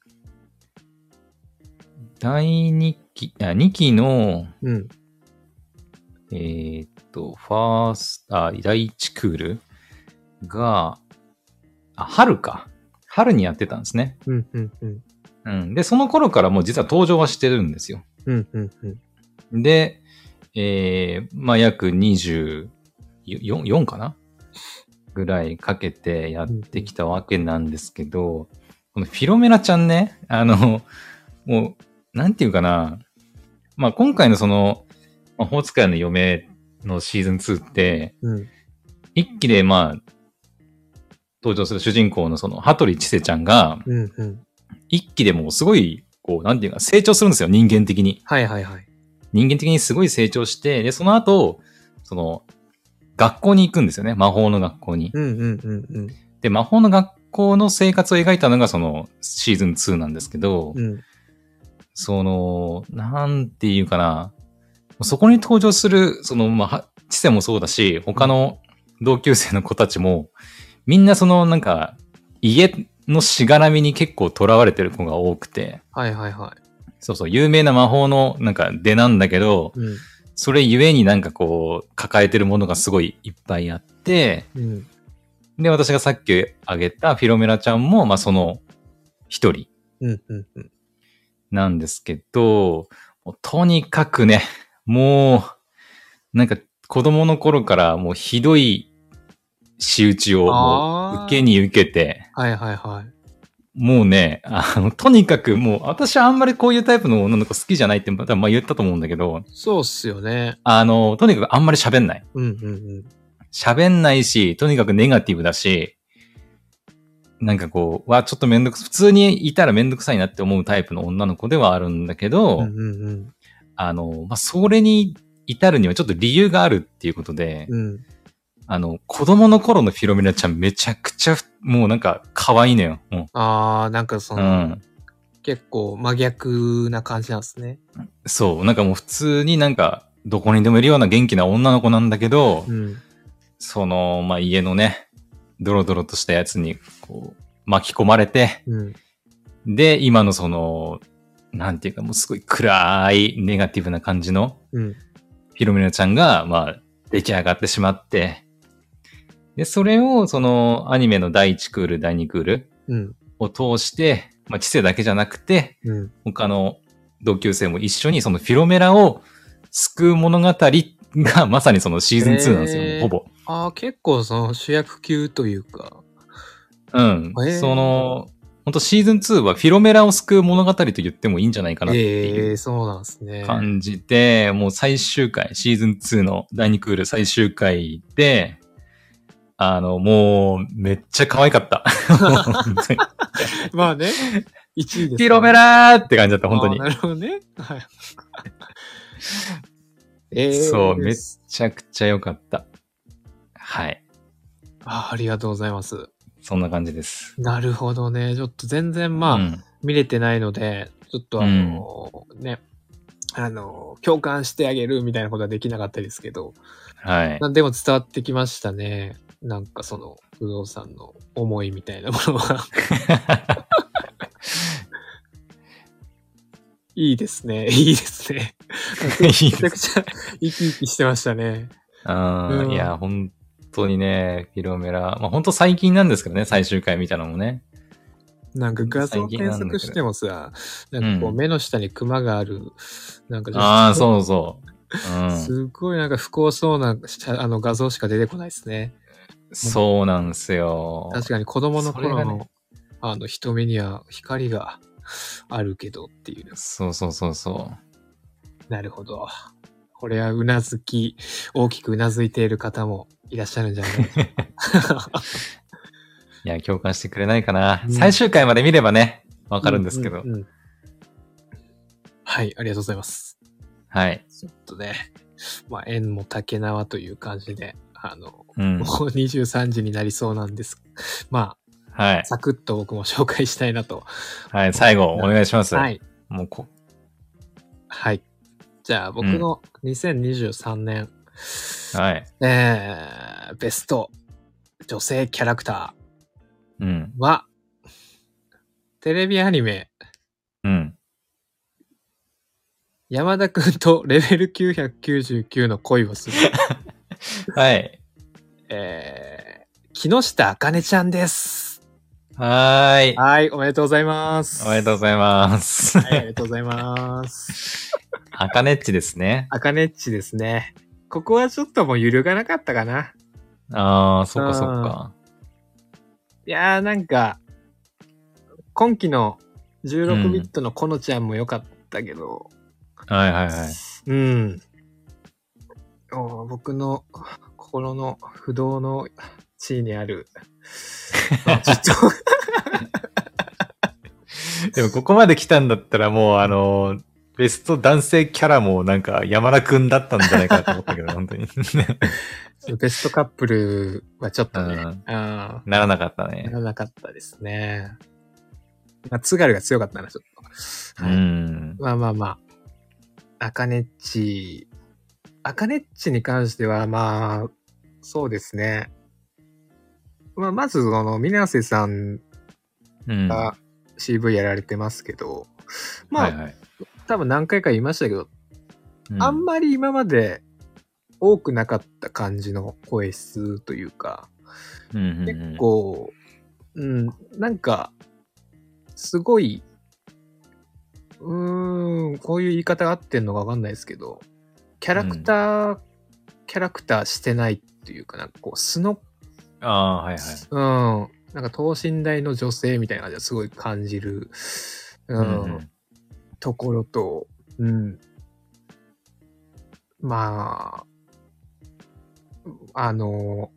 だいにき、あ、にきの、 うん。 えーっと、ファースト、あ、だいいちクールが、あ、春か。春にやってたんですね。 うんうんうん。 うん。で、その頃からもう実は登場はしてるんですよ。 うんうんうん。 で、えー、まあ、約にじゅうよん、よんかなぐらいかけてやってきたわけなんですけど、このフィロメラちゃんね、あの、もう、なんていうかな、まあ、今回のその、魔法使いの嫁のシーズンツーって、 うん。 一期でまあ、登場する主人公のその、羽鳥千世ちゃんが、 うんうん。 一期でもうすごい、こう、なんていうか、成長するんですよ、人間的に。 はいはいはい。 人間的にすごい成長して、で、その後、その、学校に行くんですよね、魔法の学校に。 うんうんうんうん。 で、魔法の学校の生活を描いたのがその、シーズンツーなんですけど、 うん。 その、なんていうかな、そこに登場する、その、まあ、は知世もそうだし、他の同級生の子たちも、みんなその、なんか、家のしがらみに結構囚われてる子が多くて、 はいはいはそうそう、有名な魔法のなんか出なんだけど、 い。うん。 それゆえになんかこう、抱えてるものがすごいいっぱいあって、 うん。 で、私がさっき挙げたフィロメラちゃんも、まあその一人うんうんうん。 なんですけど、もうとにかくね、もう、なんか子供の頃からもうひどい仕打ちをもう受けに受けて、 はいはいはい。 もうね、あの、とにかくもう、私はあんまりこういうタイプの女の子好きじゃないって多分まあ言ったと思うんだけど、 そうっすよね。 あの、とにかくあんまり喋んない。 うんうんうん。 喋んないし、とにかくネガティブだし、なんかこう、わ、ちょっとめんどく、普通にいたらめんどくさいなって思うタイプの女の子ではあるんだけど、 うんうんうん。 あの、まあ、それに至るにはちょっと理由があるっていうことで、 うん。 あの、子供の頃のフィロミナちゃんめちゃくちゃ、もうなんか可愛いのよ。もあー、なんかその、 う。うん。 結構真逆な感じなんですね。 そう。なんかもう普通になんか、どこにでもいるような元気な女の子なんだけど、 うん。 その、まあ、家のね、ドロドロとしたやつに、こう、巻き込まれて、 うん。 で、今のその、なんていうかもうすごい暗いネガティブな感じのうん。 フィロミナちゃんが、まあ、出来上がってしまって、で、それをそのアニメのだいいちクール、だいにクールうん。 を通して、まあ、知性だけじゃなくて、 うん。 他の同級生も一緒にそのフィロメラを救う物語がまさにそのシーズンツーなんですよ、 へーほぼ。 あー、結構その主役級というか。 うん。 へーその、本当シーズンツーはフィロメラを救う物語と言ってもいいんじゃないかなっていうえー、そうなんですね。 感じで、もう最終回、シーズンツーのだいにクール最終回で、あの、もう、めっちゃ可愛かった。本当にまあね。いちいです、ね。 フィロメラーって感じだった、本当にあー。なるほどね。はい。えー、 そう、めっちゃくちゃ良かった。はい。 あー。ありがとうございます。 そんな感じです。 なるほどね。ちょっと全然まあ、 うん、 見れてないので、ちょっとあのーね、あのー共感してあげるみたいなことはできなかったですけど、 はい。 なんでも伝わってきましたね。なんかその、不動産の思いみたいなものは。いいですね。いいですね。 めちゃくちゃ生き生きしてましたね。 あうんいや、本当にね、フィロメラ、まあ本当最近なんですけどね、最終回見たのもね。 なんか画像最近なんだけど検索してもさ、なんかこううん目の下にクマがある、なんかちょっとああ、そうそう。うん。 すごいなんか不幸そうな写あの画像しか出てこないですね。 そうなんですよ。 確かに子供のそれが頃の、 ねあの瞳には光があるけどっていう。 そうそうそうそなるほど。これはうなずき、大きくうなずいている方もいらっしゃるんじゃないでしょうか。 う。いや、共感してくれないかな。 うん最終回まで見ればね、わかるんですけど。 うんうんうんはい、ありがとうございます。 はい。 ちょっとね、まあ、縁も竹縄という感じで、あの、 うん。 もうにじゅうさんじになりそうなんです。まあ、 はい。 サクッと僕も紹介したいなと。 はい、最後、お願いします。 はい。 もうこ、 はい。じゃあ、僕のにせんにじゅうさんねん、 はい。 えー、ベスト女性キャラクタうん。 ーは、テレビアニメ、 うん。 山田くんとレベルきゅうひゃくきゅうじゅうきゅうの恋をする、 はい。 えー、木下茜ちゃんです。 はーい。 はい、おめでとうございます。 おめでとうございます。 はい、ありがとうございます。 アカネッチですね。 茜っちですね。ここはちょっともう揺るがなかったかな。 ああ、そっかそっか。 いやーなんか、今期のじゅうろくビットのこのちゃんも良かったけど、 はいはいはい。 うん。お僕の心の不動の地位にある、あちょっとでもここまで来たんだったらもうあの、ベスト男性キャラもなんか山田くんだったんじゃないかなと思ったけど、本当に。 ベストカップルはちょっとね、 うんあならなかったなね。 らなかったですね。まあ、津軽が強かったな、ちょっと。 うはい。 ん。 まあまあまあ。アカネッチ、アカネッチに関しては、まあ、そうですね。まあ、まず、この、水瀬さんうん。 が シーブイ やられてますけど、まあ、 はいはい。 多分何回か言いましたけど、 うんあんまり今まで多くなかった感じの声質というか、 うんうんうん結構、うん、なんか、すごい、うーん、こういう言い方が合ってんのかわかんないですけど、キャラクター、キャラクターしてないっていうかなんかこう、素の、 ああ、はいはい。 うん、なんか等身大の女性みたいな感じですごい感じる、うん、 うんうんところと、うん。まあ、あの、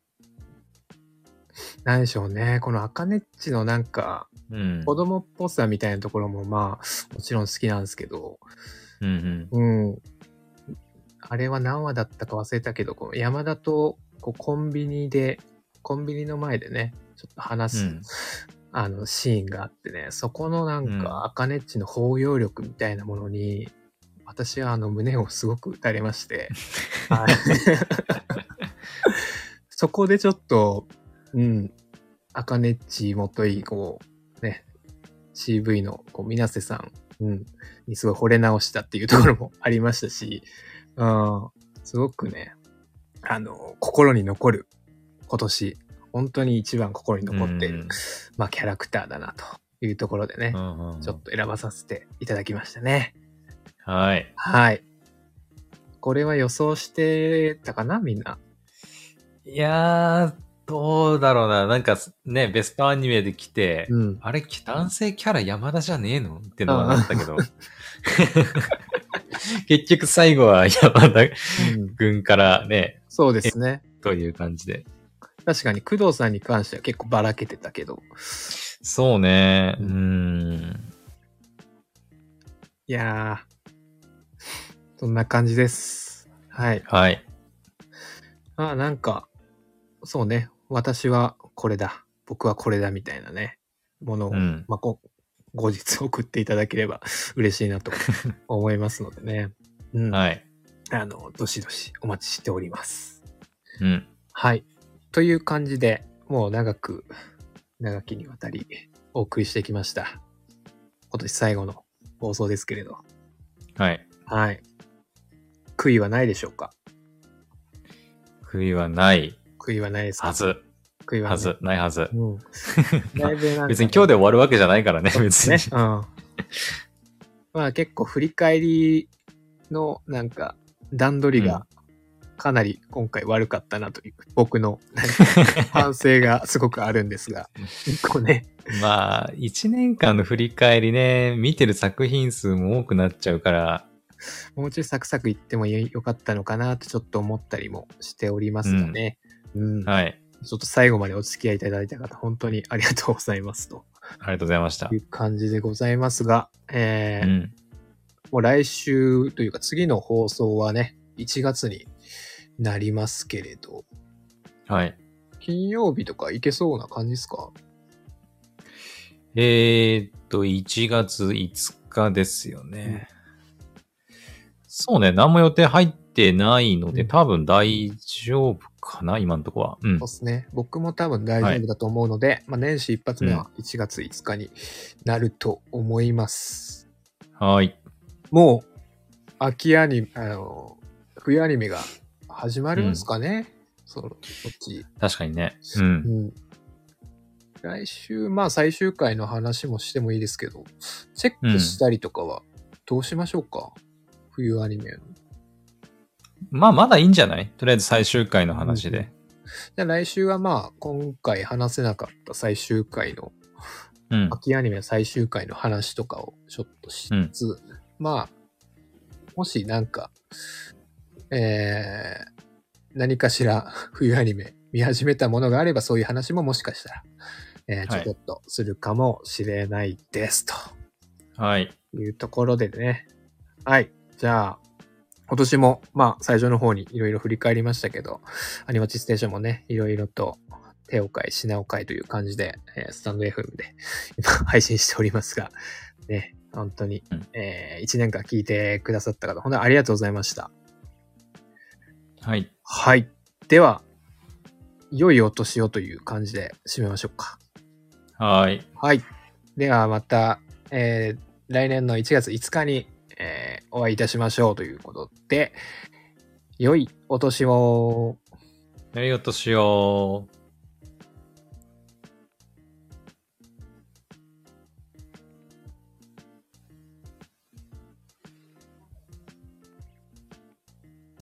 なんでしょうね。このアカネッチのなんか、 うん子供っぽさみたいなところもまあ、もちろん好きなんですけど、 うんうんうん。あれは何話だったか忘れたけど、この山田とこうコンビニで、コンビニの前でね、ちょっと話す、 うんあのシーンがあってね、そこのなんうんか、アカネッチの包容力みたいなものに、私はあの胸をすごく打たれまして、はいそこでちょっと、うん、アカネッチもといい、こう、ね、シーブイ のこう水瀬さん、うん、にすごい惚れ直したっていうところもありましたし、うん、すごくね、あの、心に残る、今年、本当に一番心に残っている、 うんまあ、キャラクターだな、というところでね、 うんうんちょっと選ばさせていただきましたね。 はい。 はい。これは予想してたかなみんな。 いやー、どうだろうな。なんかね、ベストアニメで来て、 うん。 あれ、男性キャラ山田じゃねえのってのはなったけど。結局最後は山田うん、 君からね、 そうですね。 という感じで。 確かに工藤さんに関しては結構ばらけてたけど。 そうね。ううんーん。 いやー、そんな感じです。はい。 はい。 あ、なんか、そうね。私はこれだ。僕はこれだみたいなね。ものを、 うんまあ、こ後日送っていただければ嬉しいなと思いますのでね。うん。 はい。 あの、どしどしお待ちしております。 うん。 はい。という感じで、もう長く、長きにわたりお送りしてきました。今年最後の放送ですけれど。 はい。 はい。 悔いはないでしょうか？ 悔いはない。 悔いはないですか？ はず。 悔いはない。 はず。ないはず。 うん。だいぶなんかね別に今日で終わるわけじゃないからね、別に。 ね。うん。まあ結構振り返りのなんか段取りがかなり今回悪かったなという、僕のなんか反省がすごくあるんですが、結構ね。 まあ、一年間の振り返りね、見てる作品数も多くなっちゃうから、 もうちょいサクサクいってもよかったのかなとちょっと思ったりもしておりますがね。うん。うん、 はい。 ちょっと最後までお付き合いいただいた方、本当にありがとうございますと。 ありがとうございました。 いう感じでございますが、えー、 うん、 もう来週というか次の放送はね、いちがつになりますけれど、 はい。 金曜日とか行けそうな感じですか？ えー、っと、いちがついつかですよね。うん、そうね、何も予定入ってないので、うん、多分大丈夫かな、今のところは。うん。 そうですね。僕も多分大丈夫だと思うので、はい、まあ、年始一発目はいちがついつかになると思います。 うん、はい。 もう、秋アニメ、あの、冬アニメが始まるんですかね、うん、その、こっち。 確かにね。うん。 うん、来週、まあ最終回の話もしてもいいですけど、チェックしたりとかはどうしましょうか、うん、冬アニメの。 まあまだいいんじゃない？とりあえず最終回の話で。うん、 じゃあ来週はまあ今回話せなかった最終回の、うん、秋アニメ最終回の話とかをちょっとしつつ、うん、まあ、もしなんか、えー、何かしら冬アニメ見始めたものがあればそういう話ももしかしたら、えー、ちょっとするかもしれないですと。 はい。 いうところでね。はい。じゃあ、今年も、まあ、最初の方にいろいろ振り返りましたけど、アニマチステーションもね、いろいろと手を変え、品を変えという感じで、えー、スタンド エフエム で今配信しておりますが、ね、本当に、うん、えー、いちねんかん聞いてくださった方、本当にありがとうございました。 はい。 はい。では、良いお年をという感じで締めましょうか。 はい。 はい。ではまた、えー、来年のいちがついつかに、えー、お会いいたしましょうということで、良いお年を。 良いお年を。